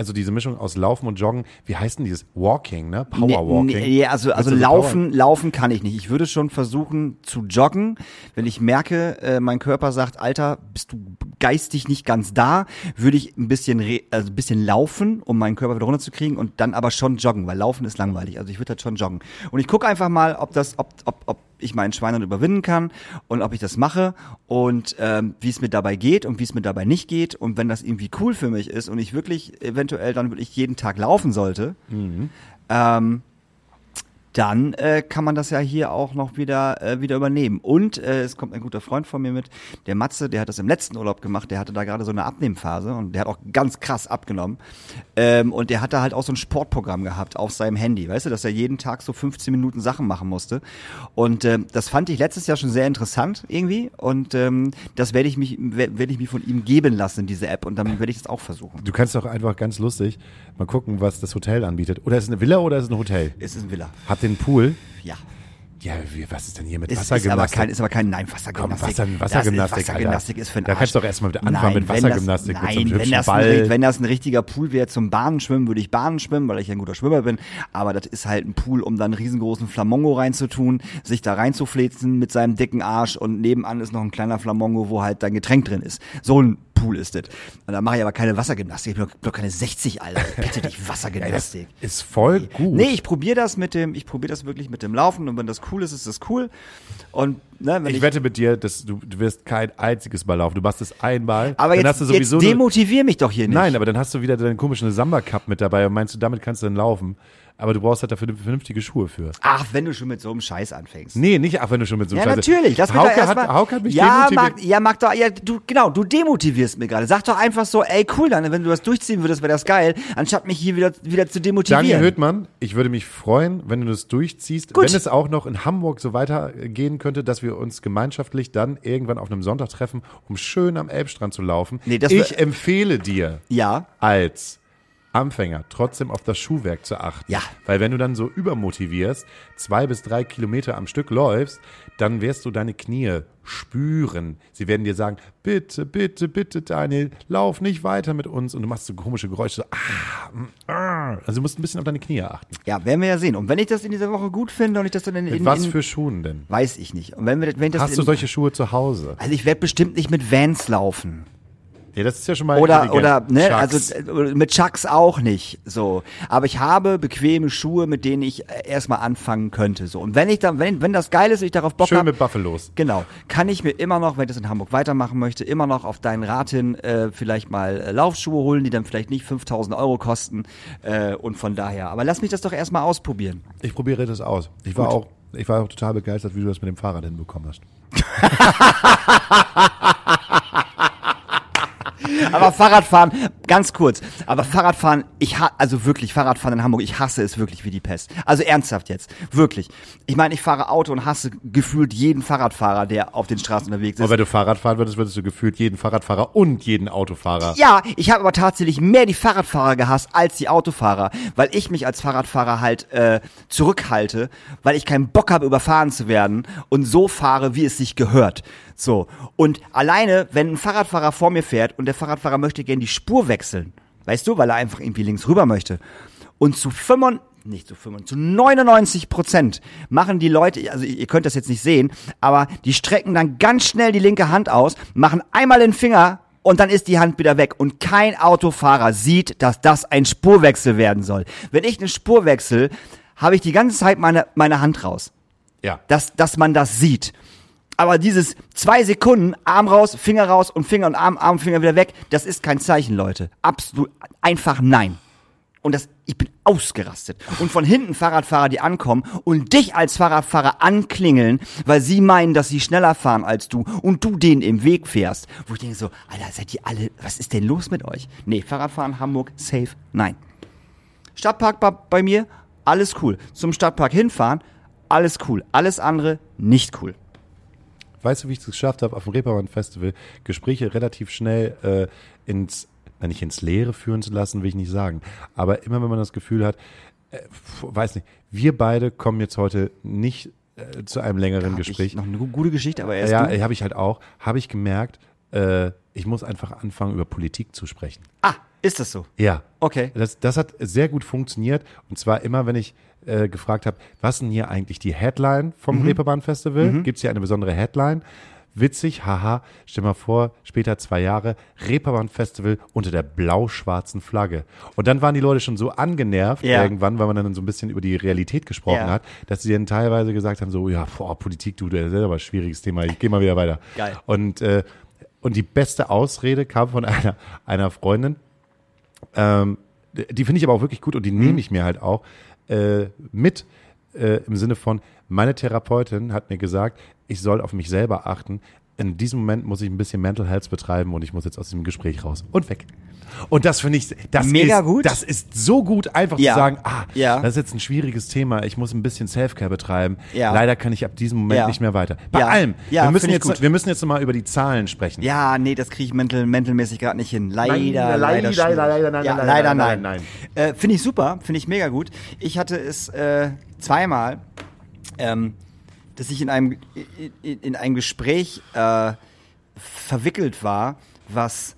also diese Mischung aus Laufen und Joggen, wie heißt denn dieses? Walking, ne? Powerwalking. Nee, also laufen kann ich nicht. Ich würde schon versuchen zu joggen, wenn ich merke, mein Körper sagt, Alter, bist du geistig nicht ganz da, würde ich ein bisschen laufen, um meinen Körper wieder runterzukriegen und dann aber schon joggen, weil Laufen ist langweilig. Also ich würde halt schon joggen. Und ich gucke einfach mal, ob ich meinen Schweinehund überwinden kann und ob ich das mache und wie es mir dabei geht und wie es mir dabei nicht geht. Und wenn das irgendwie cool für mich ist und ich wirklich eventuell dann wirklich jeden Tag laufen sollte, dann kann man das ja hier auch noch wieder übernehmen. Und es kommt ein guter Freund von mir mit, der Matze, der hat das im letzten Urlaub gemacht, der hatte da gerade so eine Abnehmphase und der hat auch ganz krass abgenommen. Und der hat da halt auch so ein Sportprogramm gehabt auf seinem Handy, weißt du, dass er jeden Tag so 15 Minuten Sachen machen musste. Und das fand ich letztes Jahr schon sehr interessant irgendwie. Und das werde ich mir von ihm geben lassen, diese App. Und dann werde ich das auch versuchen. Du kannst doch einfach ganz lustig mal gucken, was das Hotel anbietet. Oder ist es eine Villa oder ist es ein Hotel? Es ist eine Villa. Hat den Pool? Ja. Ja, was ist denn hier mit Wassergymnastik? Wassergymnastik? Ist aber kein Wassergymnastik. Wassergymnastik, Wassergymnastik ist für den Da kannst du doch erstmal anfangen mit Wassergymnastik, mit so einem hübschen Ball. Wenn das ein richtiger Pool wäre zum Bahnenschwimmen, würde ich Bahnen schwimmen, weil ich ein guter Schwimmer bin. Aber das ist halt ein Pool, um da einen riesengroßen Flamongo reinzutun, sich da reinzufläzen mit seinem dicken Arsch und nebenan ist noch ein kleiner Flamongo, wo halt dein Getränk drin ist. So ein Pool ist das. Und da mache ich aber keine Wassergymnastik. Ich bin doch keine 60, Alter. Bitte nicht Wassergymnastik. Ja, ist voll gut. Nee, ich probiere das wirklich mit dem Laufen und wenn das cool ist, ist das cool. Und ne, ich wette mit dir, dass du wirst kein einziges Mal laufen. Du machst es einmal. Aber dann jetzt, hast du sowieso jetzt demotivier mich doch hier nicht. Nein, aber dann hast du wieder deinen komischen Samba-Cup mit dabei und meinst du, damit kannst du dann laufen. Aber du brauchst halt dafür vernünftige Schuhe für. Ach, wenn du schon mit so einem Scheiß anfängst. Nee, nicht ach, wenn du schon mit so einem Scheiß. Ja, natürlich. Hauke hat mich demotiviert. Du demotivierst mir gerade. Sag doch einfach so, ey, cool, dann, wenn du das durchziehen würdest, wäre das geil, anstatt mich hier wieder zu demotivieren. Daniel Höhtmann, ich würde mich freuen, wenn du das durchziehst. Gut. Wenn es auch noch in Hamburg so weitergehen könnte, dass wir uns gemeinschaftlich dann irgendwann auf einem Sonntag treffen, um schön am Elbstrand zu laufen. Nee, ich empfehle dir ja. als Anfänger trotzdem auf das Schuhwerk zu achten. Ja. Weil wenn du dann so übermotivierst, 2 bis 3 Kilometer am Stück läufst, dann wirst du deine Knie spüren. Sie werden dir sagen, bitte, bitte, bitte, Daniel, lauf nicht weiter mit uns. Und du machst so komische Geräusche. So, Also du musst ein bisschen auf deine Knie achten. Ja, werden wir ja sehen. Und wenn ich das in dieser Woche gut finde und ich das dann mit was für Schuhen denn? Weiß ich nicht. Und hast du solche Schuhe zu Hause? Also ich werde bestimmt nicht mit Vans laufen. Ja, das ist ja schon mal oder ne, Chucks. also mit Chucks auch nicht, so. Aber ich habe bequeme Schuhe, mit denen ich erstmal anfangen könnte, so. Und wenn das geil ist und ich darauf Bock habe. Schön mit Buffalos. Genau. Kann ich mir immer noch, wenn ich das in Hamburg weitermachen möchte, immer noch auf deinen Rat hin vielleicht mal Laufschuhe holen, die dann vielleicht nicht 5.000 € kosten und von daher. Aber lass mich das doch erstmal ausprobieren. Ich probiere das aus. Ich war auch total begeistert, wie du das mit dem Fahrrad hinbekommen hast. Aber Fahrradfahren, ganz kurz, Fahrradfahren in Hamburg, ich hasse es wirklich wie die Pest. Also ernsthaft jetzt, wirklich. Ich meine, ich fahre Auto und hasse gefühlt jeden Fahrradfahrer, der auf den Straßen unterwegs ist. Aber wenn du Fahrrad fahren würdest, würdest du gefühlt jeden Fahrradfahrer und jeden Autofahrer. Ja, ich habe aber tatsächlich mehr die Fahrradfahrer gehasst als die Autofahrer, weil ich mich als Fahrradfahrer halt zurückhalte, weil ich keinen Bock habe, überfahren zu werden und so fahre, wie es sich gehört. So, und alleine, wenn ein Fahrradfahrer vor mir fährt und der Fahrradfahrer möchte gerne die Spur wechseln, weißt du, weil er einfach irgendwie links rüber möchte. Und zu 99% machen die Leute, also ihr könnt das jetzt nicht sehen, aber die strecken dann ganz schnell die linke Hand aus, machen einmal den Finger und dann ist die Hand wieder weg. Und kein Autofahrer sieht, dass das ein Spurwechsel werden soll. Wenn ich eine Spur wechsle, habe ich die ganze Zeit meine Hand raus. Ja. Dass man das sieht. Aber dieses 2 Sekunden, Arm raus und Finger und Arm, Finger wieder weg, das ist kein Zeichen, Leute. Absolut, einfach nein. Und ich bin ausgerastet. Und von hinten Fahrradfahrer, die ankommen und dich als Fahrradfahrer anklingeln, weil sie meinen, dass sie schneller fahren als du und du denen im Weg fährst. Wo ich denke so, Alter, seid ihr alle, was ist denn los mit euch? Nee, Fahrradfahren, Hamburg, safe, nein. Stadtpark bei mir, alles cool. Zum Stadtpark hinfahren, alles cool. Alles andere, nicht cool. Weißt du, wie ich es geschafft habe, auf dem Reeperbahn-Festival Gespräche relativ schnell nicht ins Leere führen zu lassen, will ich nicht sagen. Aber immer wenn man das Gefühl hat, weiß nicht, wir beide kommen jetzt heute nicht zu einem längeren Gespräch. Noch eine gute Geschichte, aber erst ja, habe ich halt auch, habe ich gemerkt, ich muss einfach anfangen, über Politik zu sprechen. Ah, ist das so? Ja. Okay. Das hat sehr gut funktioniert. Und zwar immer, wenn ich gefragt habe, was denn hier eigentlich die Headline vom Reeperbahn-Festival? Gibt es hier eine besondere Headline? Witzig, haha, stell mal vor, später 2 Jahre, Reeperbahn-Festival unter der blau-schwarzen Flagge. Und dann waren die Leute schon so angenervt irgendwann, weil man dann so ein bisschen über die Realität gesprochen hat, dass sie dann teilweise gesagt haben, so, ja, Politik, das ist aber ein schwieriges Thema, ich gehe mal wieder weiter. Geil. Und die beste Ausrede kam von einer Freundin, die finde ich aber auch wirklich gut und die nehme ich mir halt auch mit im Sinne von, meine Therapeutin hat mir gesagt, ich soll auf mich selber achten. In diesem Moment muss ich ein bisschen Mental Health betreiben und ich muss jetzt aus diesem Gespräch raus und weg. Und das finde ich, gut. Das ist so gut, einfach zu sagen, Ja. das ist jetzt ein schwieriges Thema, ich muss ein bisschen Self-Care betreiben. Ja. Leider kann ich ab diesem Moment nicht mehr weiter. Bei Ja. allem. Ja, wir müssen find ich jetzt noch mal über die Zahlen sprechen. Ja, nee, das kriege ich mentalmäßig gerade nicht hin. Leider nein. Finde ich super, finde ich mega gut. Ich hatte es zweimal, dass ich in ein Gespräch verwickelt war, was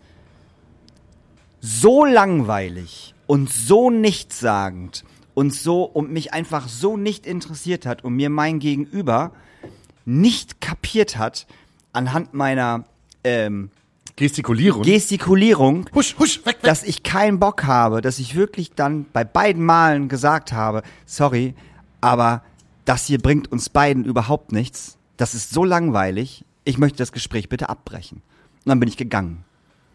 so langweilig und so nichtssagend und mich einfach so nicht interessiert hat und mir mein Gegenüber nicht kapiert hat anhand meiner Gestikuierung, Husch, weg. dass ich keinen Bock habe, dass ich wirklich dann bei beiden Malen gesagt habe, sorry, aber das hier bringt uns beiden überhaupt nichts. Das ist so langweilig, ich möchte das Gespräch bitte abbrechen. Und dann bin ich gegangen.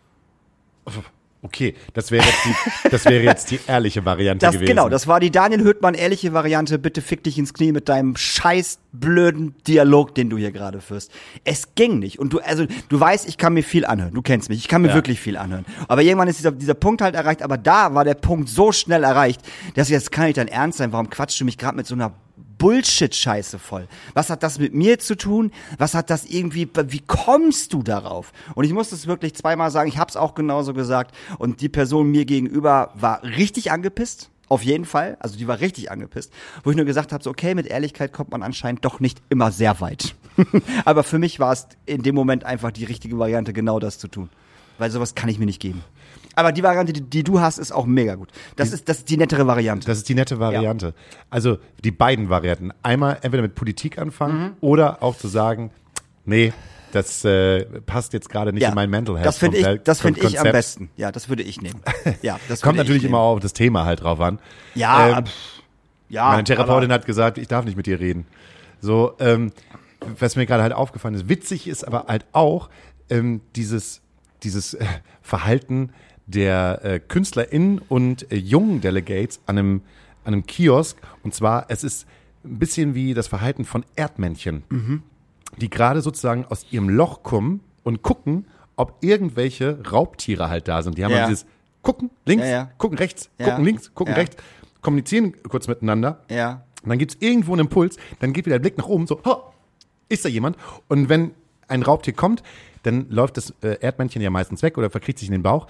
Okay, das wäre jetzt die ehrliche Variante gewesen. Genau, das war die Daniel Hüttmann ehrliche Variante. Bitte fick dich ins Knie mit deinem scheiß blöden Dialog, den du hier gerade führst. Es ging nicht. Und du weißt, ich kann mir viel anhören. Du kennst mich. Ich kann mir wirklich viel anhören. Aber irgendwann ist dieser Punkt halt erreicht. Aber da war der Punkt so schnell erreicht, dass jetzt kann nicht dein Ernst sein. Warum quatschst du mich gerade mit so einer Bullshit-Scheiße voll? Was hat das mit mir zu tun? Was hat das irgendwie, wie kommst du darauf? Und ich muss das wirklich zweimal sagen, ich hab's auch genauso gesagt und die Person mir gegenüber war richtig angepisst, auf jeden Fall, also die war richtig angepisst, wo ich nur gesagt habe, so okay, mit Ehrlichkeit kommt man anscheinend doch nicht immer sehr weit. Aber für mich war es in dem Moment einfach die richtige Variante, genau das zu tun. Weil sowas kann ich mir nicht geben. Aber die Variante, die du hast, ist auch mega gut. Das ist die nettere Variante. Das ist die nette Variante. Ja. Also die beiden Varianten. Einmal entweder mit Politik anfangen oder auch zu sagen, nee, das passt jetzt gerade nicht in mein Mental Health. Das finde ich am besten. Ja, das würde ich nehmen. Ja, das kommt natürlich immer auf das Thema halt drauf an. Ja, meine Therapeutin hat gesagt, ich darf nicht mit dir reden. So, was mir gerade halt aufgefallen ist. Witzig ist aber halt auch dieses Verhalten der KünstlerInnen und jungen Delegates an einem Kiosk. Und zwar, es ist ein bisschen wie das Verhalten von Erdmännchen, die gerade sozusagen aus ihrem Loch kommen und gucken, ob irgendwelche Raubtiere halt da sind. Die haben halt dieses gucken links, gucken rechts, gucken links, gucken rechts, kommunizieren kurz miteinander. Ja. Und dann gibt's irgendwo einen Impuls, dann geht wieder der Blick nach oben, so, ist da jemand? Und wenn ein Raubtier kommt, dann läuft das Erdmännchen ja meistens weg oder verkriecht sich in den Bauch,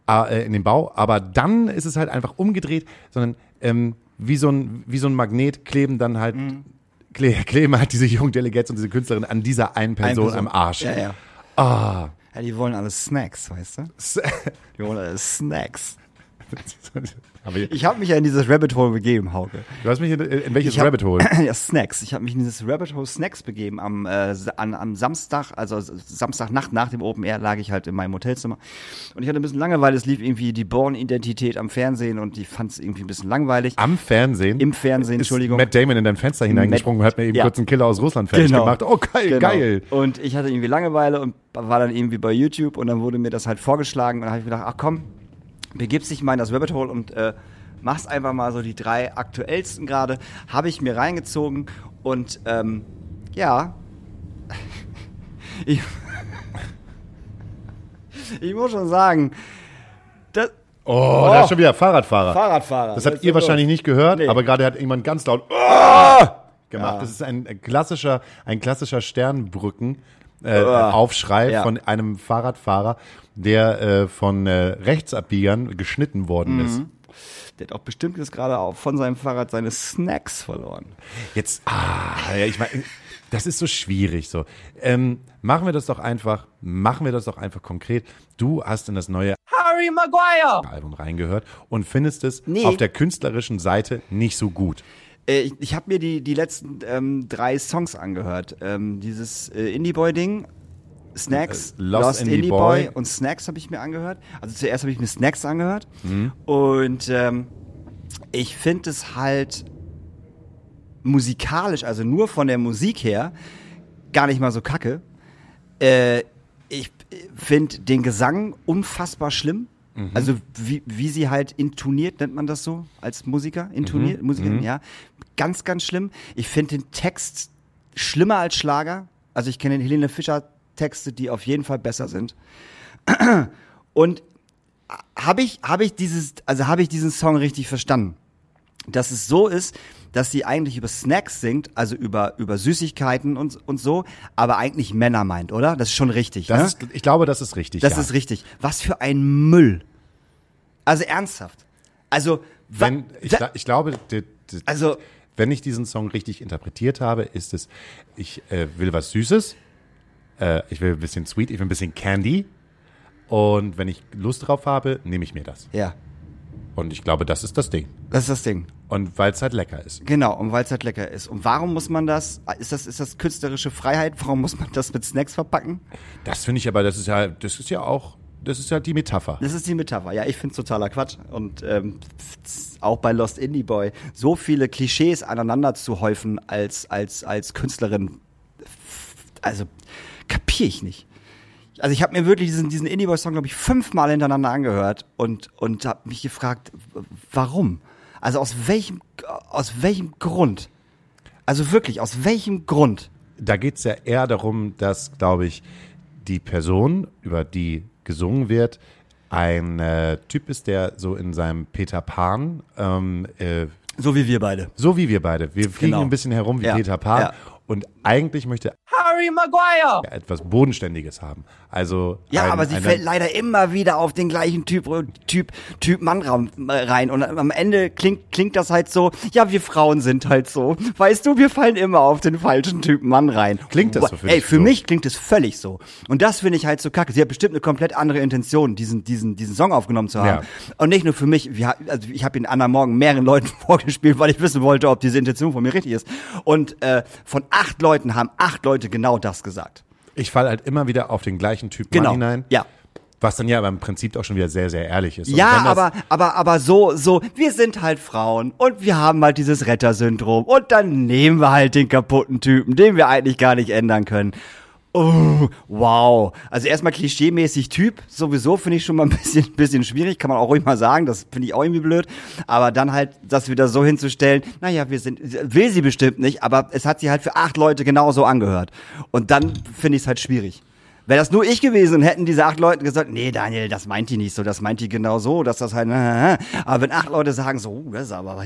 aber dann ist es halt einfach umgedreht, sondern wie so ein Magnet kleben dann halt kleben halt diese jungen Delegates und diese Künstlerin an dieser einen Person am Arsch. Ja. Ah. Ja, die wollen alles Snacks, weißt du? Die wollen alles Snacks. Ich habe mich ja in dieses Rabbit Hole begeben, Hauke. Du hast mich in welches Rabbit Hole? Ja, Snacks. Ich habe mich in dieses Rabbit Hole Snacks begeben. Am Samstag, also Samstagnacht nach dem Open Air, lag ich halt in meinem Hotelzimmer. Und ich hatte ein bisschen Langeweile. Es lief irgendwie die Born-Identität am Fernsehen und ich fand es irgendwie ein bisschen langweilig. Am Fernsehen? Im Fernsehen, Entschuldigung. Ist Matt Damon in dein Fenster hineingesprungen und hat mir eben kurz einen Killer aus Russland fertig gemacht. Oh, geil. Und ich hatte irgendwie Langeweile und war dann irgendwie bei YouTube und dann wurde mir das halt vorgeschlagen und dann habe ich gedacht, ach komm, begibst dich mal in das Rabbit Hole und machst einfach mal so die 3 aktuellsten gerade. Habe ich mir reingezogen und ich muss schon sagen, das... da ist schon wieder Fahrradfahrer. Fahrradfahrer. Das habt ihr wahrscheinlich nicht gehört, aber gerade hat jemand ganz laut gemacht. Ja. Das ist ein klassischer Sternbrücken Aufschrei von einem Fahrradfahrer, der von Rechtsabbiegern geschnitten worden ist. Der hat auch bestimmt jetzt gerade auch von seinem Fahrrad seine Snacks verloren. Jetzt, ich meine, Das ist so schwierig so. Machen wir das doch einfach konkret. Du hast in das neue Harry Maguire Album reingehört und findest es auf der künstlerischen Seite nicht so gut. Ich habe mir die letzten 3 Songs angehört. Dieses Indie-Boy-Ding, Snacks, Lost Indie Boy und Snacks habe ich mir angehört. Also zuerst habe ich mir Snacks angehört. Und ich finde es halt musikalisch, also nur von der Musik her, gar nicht mal so kacke. Ich finde den Gesang unfassbar schlimm. Also wie sie halt intoniert, nennt man das so als Musiker? Intoniert, Musikerin, ja. Ganz, ganz schlimm. Ich finde den Text schlimmer als Schlager. Also ich kenne den Helene Fischer Texte, die auf jeden Fall besser sind. Und habe ich diesen Song richtig verstanden? Dass es so ist, dass sie eigentlich über Snacks singt, also über Süßigkeiten und so, aber eigentlich Männer meint, oder? Das ist schon richtig, ne? Ich glaube, das ist richtig, Das ist richtig. Was für ein Müll. Also ernsthaft. Also, ich glaube, also, wenn ich diesen Song richtig interpretiert habe, ist es, ich will was Süßes, ich will ein bisschen Sweet, ich will ein bisschen Candy und wenn ich Lust drauf habe, nehme ich mir das. ja, Und ich glaube, das ist das Ding. das ist das Ding. Und weil es halt lecker ist. Genau, und weil es halt lecker ist. Und warum muss man das, ist das künstlerische Freiheit, warum muss man das mit Snacks verpacken? Das finde ich aber, das ist ja die Metapher. Das ist die Metapher. Ja, ich finde es totaler Quatsch. Und auch bei Lost Indie Boy, so viele Klischees aneinander zu häufen als Künstlerin, also kapiere ich nicht. Also ich habe mir wirklich diesen Indie Boy Song, glaube ich, 5-mal hintereinander angehört und habe mich gefragt, warum? Also aus welchem Grund? Also wirklich, aus welchem Grund? Da geht es ja eher darum, dass, glaube ich, die Person, über die gesungen wird, ein Typ ist, der so in seinem Peter Pan So wie wir beide. Wir fliegen ein bisschen herum wie Peter Pan. Ja. Und eigentlich möchte Harry Maguire etwas Bodenständiges haben. Also aber sie fällt leider immer wieder auf den gleichen Typ Mann rein. Und am Ende klingt das halt so, ja, wir Frauen sind halt so. Weißt du, wir fallen immer auf den falschen Typ Mann rein. Klingt das so für dich? Ey, für so? mich klingt es völlig so. Und das finde ich halt so kacke. Sie hat bestimmt eine komplett andere Intention, diesen Song aufgenommen zu haben. Ja. Und nicht nur für mich. Ich habe ihn an einem Morgen mehreren Leuten vorgespielt, weil ich wissen wollte, ob diese Intention von mir richtig ist. Und von 8 Leuten haben 8 Leute genau das gesagt. Ich falle halt immer wieder auf den gleichen Typ Genau. Mann hinein. Ja. Was dann ja aber im Prinzip auch schon wieder sehr, sehr ehrlich ist. Und Ja, wenn das- aber so, wir sind halt Frauen und wir haben halt dieses Rettersyndrom und dann nehmen wir halt den kaputten Typen, den wir eigentlich gar nicht ändern können. Oh, wow. Also erstmal klischeemäßig Typ, sowieso finde ich schon mal ein bisschen schwierig, kann man auch ruhig mal sagen, das finde ich auch irgendwie blöd. Aber dann halt das wieder so hinzustellen, naja, will sie bestimmt nicht, aber es hat sie halt für 8 Leute genauso angehört. Und dann finde ich es halt schwierig. Wäre das nur ich gewesen und hätten diese 8 Leute gesagt, nee, Daniel, das meint die nicht so, das meint die genau so, dass das halt, aber wenn 8 Leute sagen so, das ist aber,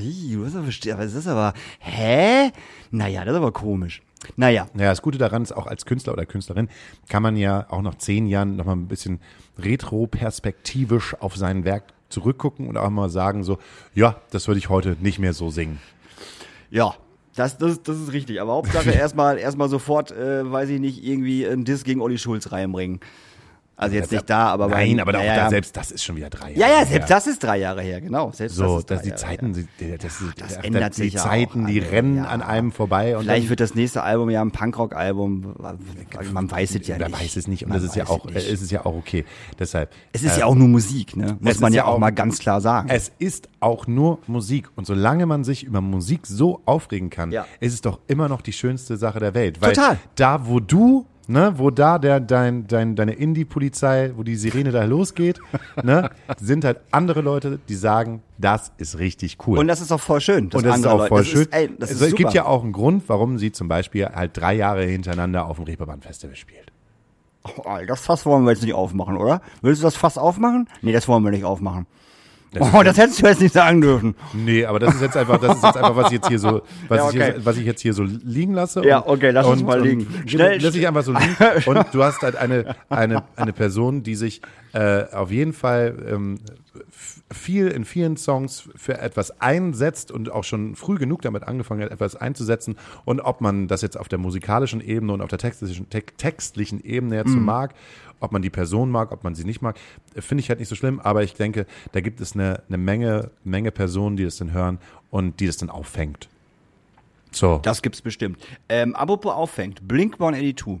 hä? Naja, das ist aber komisch. Naja. Ja, das Gute daran ist, auch als Künstler oder Künstlerin kann man ja auch nach 10 Jahren nochmal ein bisschen retro-perspektivisch auf sein Werk zurückgucken und auch mal sagen so, ja, das würde ich heute nicht mehr so singen. Ja. Das ist richtig, aber Hauptsache erstmal sofort, weiß ich nicht, irgendwie einen Diss gegen Olli Schulz reinbringen. Also jetzt nicht da, aber nein, aber auch ja. selbst das ist schon wieder 3 Jahre. Ja, selbst das ist 3 Jahre her, genau. Selbst so, das ist 3 dass die Jahre Zeiten, her. das ändert sich die ja Zeiten, auch, die also, rennen ja. an einem vorbei. Und Vielleicht dann, wird das nächste Album ja ein Punkrock-Album. Man weiß es ja nicht. Wer weiß es nicht. Und Man das ist ja weiß auch, es nicht. ist ja auch okay. Deshalb. Es ist ja auch nur Musik, ne? Muss es man ist ja ja auch auch- mal ganz klar sagen. Es ist auch nur Musik. Und solange man sich über Musik so aufregen kann, Ja. ist es doch immer noch die schönste Sache der Welt. Weil Total. da, wo du, ne, wo da deine Indie-Polizei, wo die Sirene da losgeht, ne, sind halt andere Leute, die sagen, das ist richtig cool. Und das ist auch voll schön. dass Und das ist andere auch voll Leute, schön. Das ist Also, es super. gibt ja auch einen Grund, warum sie zum Beispiel halt 3 Jahre hintereinander auf dem Reeperbahn-Festival spielt. Oh, das Fass wollen wir jetzt nicht aufmachen, oder? Willst du das Fass aufmachen? Nee, das wollen wir nicht aufmachen. Das hättest du jetzt nicht sagen dürfen. Nee, aber das ist jetzt einfach, was ich jetzt hier so, Ja, okay. was ich jetzt hier so liegen lasse. Ja, okay, lass uns mal liegen. Schnell. Lass ich einfach so liegen. Und du hast halt eine Person, die sich auf jeden Fall in vielen Songs für etwas einsetzt und auch schon früh genug damit angefangen hat, etwas einzusetzen. Und ob man das jetzt auf der musikalischen Ebene und auf der textlichen Ebene jetzt so mag, ob man die Person mag, ob man sie nicht mag, finde ich halt nicht so schlimm. Aber ich denke, da gibt es eine Menge Personen, die das dann hören und die das dann auffängt. So. Das gibt's bestimmt. Apropos auffängt, Blink-182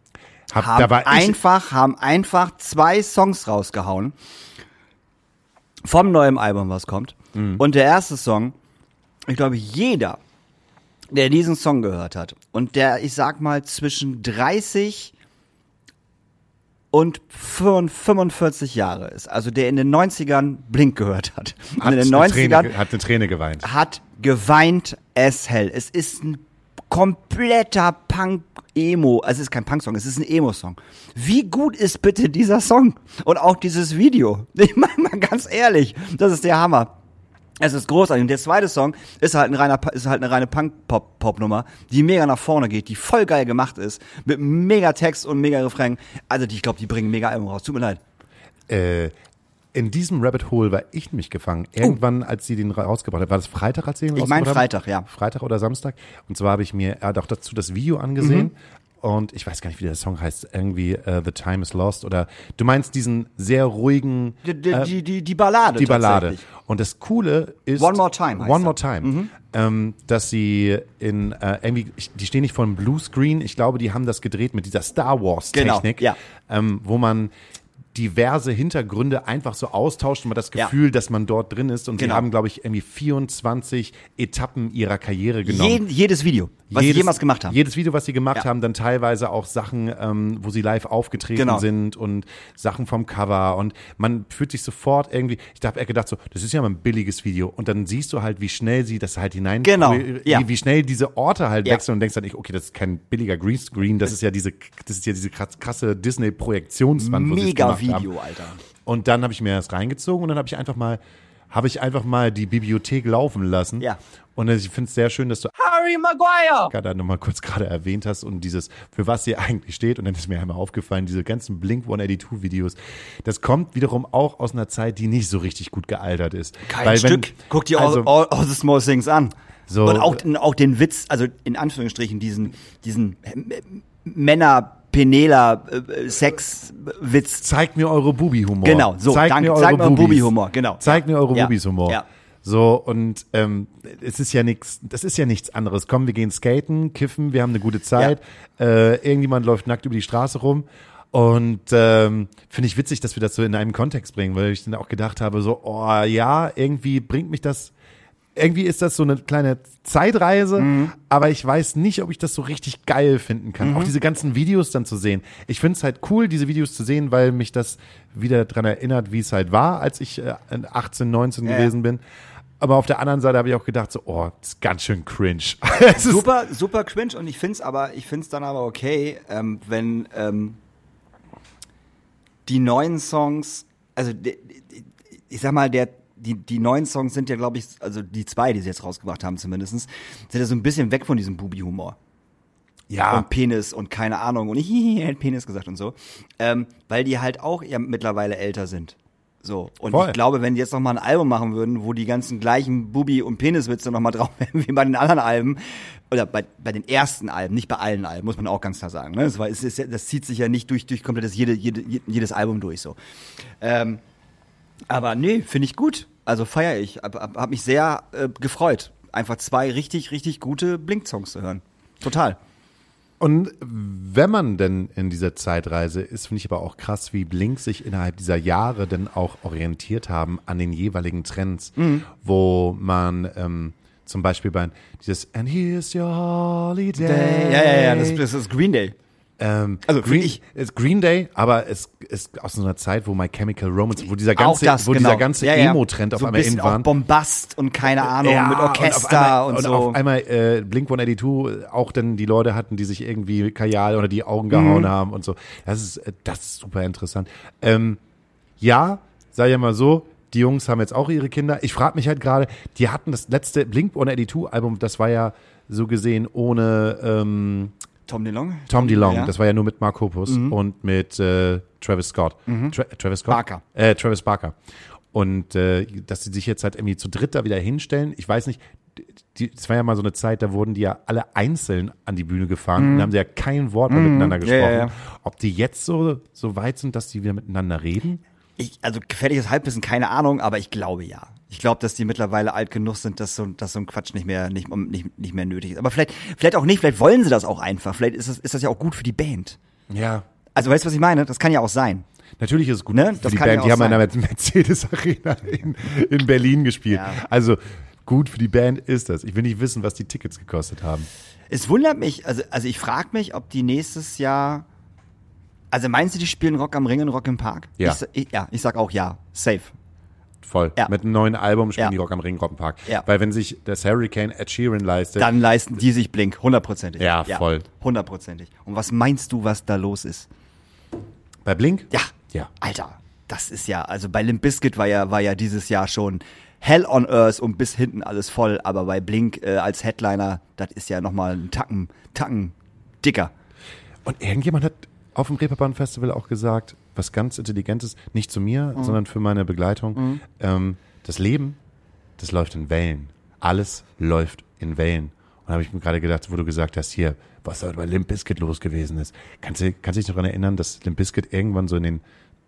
haben einfach 2 Songs rausgehauen vom neuen Album, was kommt. Und der erste Song, ich glaube, jeder, der diesen Song gehört hat und der, ich sag mal, zwischen 30 und 45 Jahre ist, also der in den 90ern Blink gehört hat, hat in den 90ern hat eine Träne geweint. hat geweint as hell. Es ist ein kompletter Punk-Emo, also es ist kein Punk-Song, es ist ein Emo-Song. Wie gut ist bitte dieser Song? Und auch dieses Video. Ich meine mal ganz ehrlich, das ist der Hammer. Es ist großartig. Und der zweite Song ist halt eine reine Punk-Pop-Nummer, die mega nach vorne geht, die voll geil gemacht ist, mit mega Text und mega Refrain. Also ich glaube, die bringen mega Album raus. Tut mir leid. In diesem Rabbit Hole war ich nämlich gefangen. Irgendwann, als sie den rausgebracht hat, war das Freitag, als sie den rausgebracht haben? Ich meine Freitag, ja. Freitag oder Samstag. Und zwar habe ich mir auch dazu das Video angesehen. Und ich weiß gar nicht, wie der Song heißt. Irgendwie The Time is Lost oder du meinst diesen sehr ruhigen Die Ballade. Die Ballade. Und das Coole ist One More Time heißt One More Time. Dass sie irgendwie, die stehen nicht vor einem Bluescreen. Ich glaube, die haben das gedreht mit dieser Star Wars Technik, Genau, ja. wo man diverse Hintergründe einfach so austauscht und man das Gefühl, dass man dort drin ist. Und sie haben, glaube ich, irgendwie 24 Etappen ihrer Karriere genommen. Jedes Video, was sie jemals gemacht haben. Jedes Video, was sie gemacht haben, dann teilweise auch Sachen, wo sie live aufgetreten sind und Sachen vom Cover. Und man fühlt sich sofort irgendwie, ich habe gedacht so, das ist ja mal ein billiges Video. Und dann siehst du halt, wie schnell sie das halt hinein, wie schnell diese Orte halt wechseln und denkst dann, okay, das ist kein billiger Greenscreen, das ist ja diese krasse Disney-Projektionswand, wo sie es gemacht haben. Video, Alter. Und dann habe ich mir das reingezogen und dann habe ich einfach mal die Bibliothek laufen lassen. Ja. Und ich finde es sehr schön, dass du Harry Maguire da nochmal kurz gerade erwähnt hast und dieses, für was sie eigentlich steht. Und dann ist mir einmal aufgefallen, diese ganzen Blink-182-Videos, das kommt wiederum auch aus einer Zeit, die nicht so richtig gut gealtert ist. Kein Stück. Guck dir all the small things an. So, und auch den Witz, also in Anführungsstrichen diesen Männer-Penela-Sex-Witz. Zeigt mir eure Bubi-Humor. Genau, so. Zeigt mir euren Bubi-Humor, genau. Zeigt mir eure Bubis-Humor. Ja. So, und das ist ja nichts anderes. Komm, wir gehen skaten, kiffen, wir haben eine gute Zeit. Ja. Irgendjemand läuft nackt über die Straße rum. Und finde ich witzig, dass wir das so in einem Kontext bringen, weil ich dann auch gedacht habe, so, oh ja, irgendwie bringt mich das. Irgendwie ist das so eine kleine Zeitreise, aber ich weiß nicht, ob ich das so richtig geil finden kann. Auch diese ganzen Videos dann zu sehen. Ich finde es halt cool, diese Videos zu sehen, weil mich das wieder dran erinnert, wie es halt war, als ich 18, 19 gewesen bin. Aber auf der anderen Seite habe ich auch gedacht, so, oh, das ist ganz schön cringe. super cringe und ich find's dann aber okay, wenn die neuen Songs, also ich sag mal, die neuen Songs sind ja, glaube ich, also die 2, die sie jetzt rausgebracht haben zumindest, sind ja so ein bisschen weg von diesem Bubi-Humor. Ja. Und Penis und keine Ahnung und er hat Penis gesagt und so. Weil die halt auch ja mittlerweile älter sind. So. Und voll. Ich glaube, wenn die jetzt noch mal ein Album machen würden, wo die ganzen gleichen Bubi- und Peniswitze noch mal drauf wären wie bei den anderen Alben, oder bei den ersten Alben, nicht bei allen Alben, muss man auch ganz klar sagen. Ne? Das zieht sich ja nicht durch komplett jedes Album durch. So. Aber nee, finde ich gut. Also feiere ich. Hab mich sehr gefreut, einfach 2 richtig, richtig gute Blink-Songs zu hören. Total. Und wenn man denn in dieser Zeitreise ist, finde ich aber auch krass, wie Blink sich innerhalb dieser Jahre denn auch orientiert haben an den jeweiligen Trends, wo man zum Beispiel bei dieses And here's your holiday. Ja, das ist Green Day. Also ist Green Day, aber es ist aus so einer Zeit, wo My Chemical Romance, wo dieser ganze Emo-Trend auf einmal in war. Auch Bombast und keine Ahnung, mit Orchester und so. Auf einmal Blink-182 auch dann die Leute hatten, die sich irgendwie Kajal oder die Augen gehauen haben und so. Das ist super interessant. Ja, sag ja mal so, die Jungs haben jetzt auch ihre Kinder. Ich frage mich halt gerade, die hatten das letzte Blink-182-Album, das war ja so gesehen ohne Tom DeLonge. Tom DeLonge, Ja. das war ja nur mit Mark Hoppus und mit Travis Scott. Travis Scott? Barker. Travis Barker. Und dass sie sich jetzt halt irgendwie zu dritt da wieder hinstellen, ich weiß nicht, es war ja mal so eine Zeit, da wurden die ja alle einzeln an die Bühne gefahren und haben sie ja kein Wort mehr miteinander gesprochen. Ja. Ob die jetzt so weit sind, dass die wieder miteinander reden? Also gefährliches Halbwissen, keine Ahnung, aber ich glaube ja. Ich glaube, dass die mittlerweile alt genug sind, dass so ein Quatsch nicht mehr nötig ist. Aber vielleicht auch nicht, vielleicht wollen sie das auch einfach. Vielleicht ist das ja auch gut für die Band. Ja. Also weißt du, was ich meine? Das kann ja auch sein. Natürlich ist es gut Ne? für Das die kann Band. ja Die auch haben in sein. der Mercedes-Arena in Berlin gespielt. Ja. Also gut für die Band ist das. Ich will nicht wissen, was die Tickets gekostet haben. Es wundert mich, also ich frage mich, ob die nächstes Jahr, also meinst du, die spielen Rock am Ring und Rock im Park? Ja. Ich sag auch ja, safe. Voll. Ja. Mit einem neuen Album spielen Ja. die Rock am Ring, Rock im Park. Ja. Weil wenn sich das Hurricane Ed Sheeran leistet, Dann leisten die sich Blink, 100%. Ja, voll. 100%. Und was meinst du, was da los ist? bei Blink? Ja. Ja. Alter, das ist ja, also bei Limp Bizkit war ja dieses Jahr schon Hell on Earth und bis hinten alles voll, aber bei Blink als Headliner, das ist ja nochmal ein Tacken dicker. Und irgendjemand hat auf dem Reeperbahn Festival auch gesagt, was ganz Intelligentes, nicht zu mir, sondern für meine Begleitung, das Leben, das läuft in Wellen. Alles läuft in Wellen. Und da habe ich mir gerade gedacht, wo du gesagt hast, hier, was da bei Limp Bizkit los gewesen ist. Kannst du dich daran erinnern, dass Limp Bizkit irgendwann so in den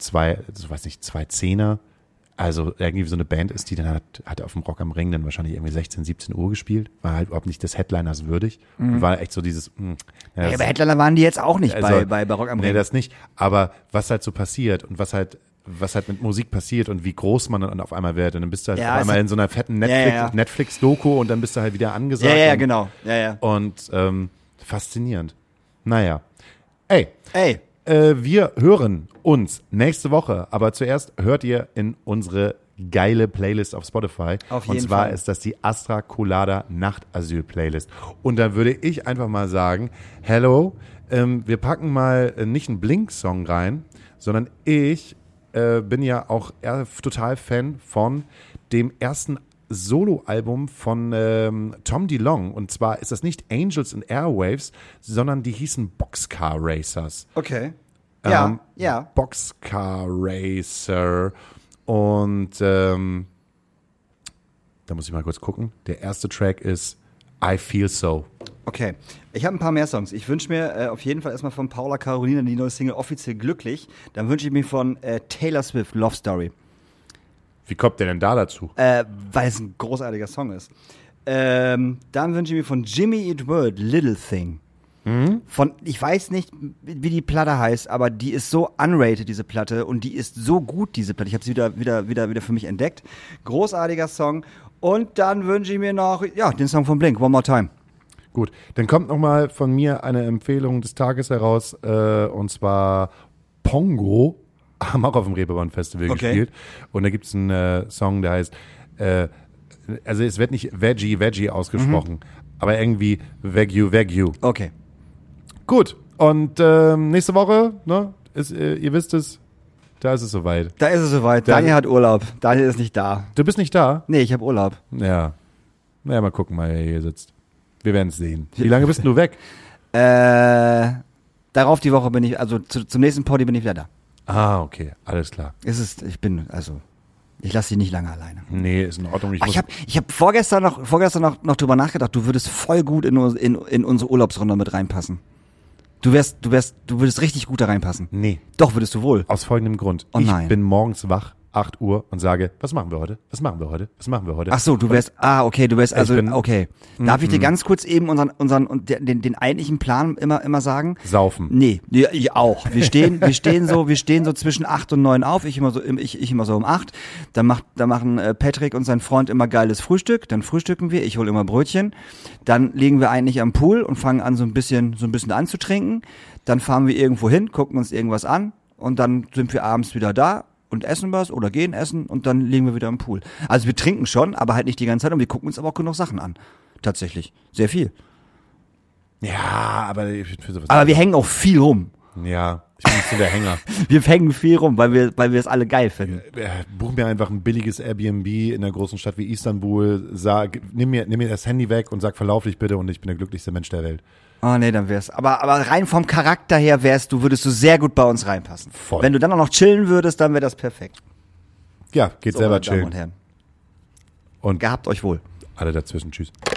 2010er, also irgendwie so eine Band ist, die dann hat auf dem Rock am Ring dann wahrscheinlich irgendwie 16, 17 Uhr gespielt, war halt überhaupt nicht des Headliners würdig und war echt so dieses, Ja, aber Headliner waren die jetzt auch nicht bei Rock am Ring. Nee, das nicht. Aber was halt so passiert und was halt mit Musik passiert und wie groß man dann auf einmal wird und dann bist du halt Ja, auf einmal es- in so einer fetten Ja. Netflix-Doku und dann bist du halt wieder angesagt. Ja, und, genau. Ja. Und faszinierend. Naja. Ey, Ey, wir hören uns nächste Woche, aber zuerst hört ihr in unsere geile Playlist auf Spotify. Auf Und jeden zwar Fall. ist das die Astra Colada Nachtasyl-Playlist. Und da würde ich einfach mal sagen, hello, wir packen mal nicht einen Blink-Song rein, sondern ich bin ja auch total Fan von dem ersten Soloalbum von Tom DeLonge. Und zwar ist das nicht Angels and Airwaves, sondern die hießen Boxcar Racers. okay. Ja. Boxcar Racer. Und da muss ich mal kurz gucken. Der erste Track ist I Feel So. Okay. Ich habe ein paar mehr Songs. Ich wünsche mir auf jeden Fall erstmal von Paula Carolina die neue Single Offiziell Glücklich. Dann wünsche ich mir von Taylor Swift Love Story. Wie kommt der denn da dazu? Weil es ein großartiger Song ist. Dann wünsche ich mir von Jimmy Eat World Little Thing. Ich weiß nicht, wie die Platte heißt, aber die ist so unrated, diese Platte, und die ist so gut, diese Platte. Ich habe sie wieder für mich entdeckt. Großartiger Song. Und dann wünsche ich mir noch, den Song von Blink, One More Time. Gut, dann kommt noch mal von mir eine Empfehlung des Tages heraus, und zwar Pongo, haben auch auf dem Reeperbahn Festival Okay. gespielt. Und da gibt es einen Song, der heißt, also es wird nicht Veggie ausgesprochen, aber irgendwie Wagyu. Okay. Gut, und nächste Woche, ne, ihr wisst es, da ist es soweit. Da ist es soweit. Daniel hat Urlaub. Daniel ist nicht da. Du bist nicht da? Nee, ich habe Urlaub. Ja. Naja, mal gucken, mal, wer hier sitzt. Wir werden es sehen. Wie lange bist du weg? Darauf die Woche bin ich, also zum nächsten Poddy bin ich wieder da. Ah, okay, alles klar. Ich lasse sie nicht lange alleine. Nee, ist in Ordnung. Ich hab vorgestern noch drüber nachgedacht, du würdest voll gut in unsere Urlaubsrunde mit reinpassen. Du würdest richtig gut da reinpassen. Nee, Doch, würdest du wohl. aus folgendem Grund. Oh nein. Ich bin morgens wach, 8 Uhr, und sage, was machen wir heute? Was machen wir heute? Was machen wir heute? Ach so, du wärst okay. Darf ich dir ganz kurz eben den eigentlichen Plan immer sagen? Saufen. Nee, ich auch. Wir stehen so zwischen 8 und 9 auf, ich immer so um 8. Dann machen Patrick und sein Freund immer geiles Frühstück, dann frühstücken wir, ich hole immer Brötchen. Dann liegen wir eigentlich am Pool und fangen an so ein bisschen anzutrinken. Dann fahren wir irgendwo hin, gucken uns irgendwas an und dann sind wir abends wieder da und essen was oder gehen essen und dann liegen wir wieder im Pool. Also wir trinken schon, aber halt nicht die ganze Zeit und wir gucken uns aber auch genug Sachen an. Tatsächlich. Sehr viel. Ja, aber für sowas. Aber wir hängen auch viel rum. Ja, ich bin nicht so der Hänger. Wir hängen viel rum, weil wir es alle geil finden. Buch mir einfach ein billiges Airbnb in einer großen Stadt wie Istanbul. Nimm mir das Handy weg und sag, verlauf dich bitte, und ich bin der glücklichste Mensch der Welt. Oh nee, dann wär's. Aber rein vom Charakter her würdest du sehr gut bei uns reinpassen. Voll. Wenn du dann auch noch chillen würdest, dann wäre das perfekt. Ja, geht So, selber meine Damen chillen. und Herren. Und Gehabt euch wohl. alle dazwischen. Tschüss.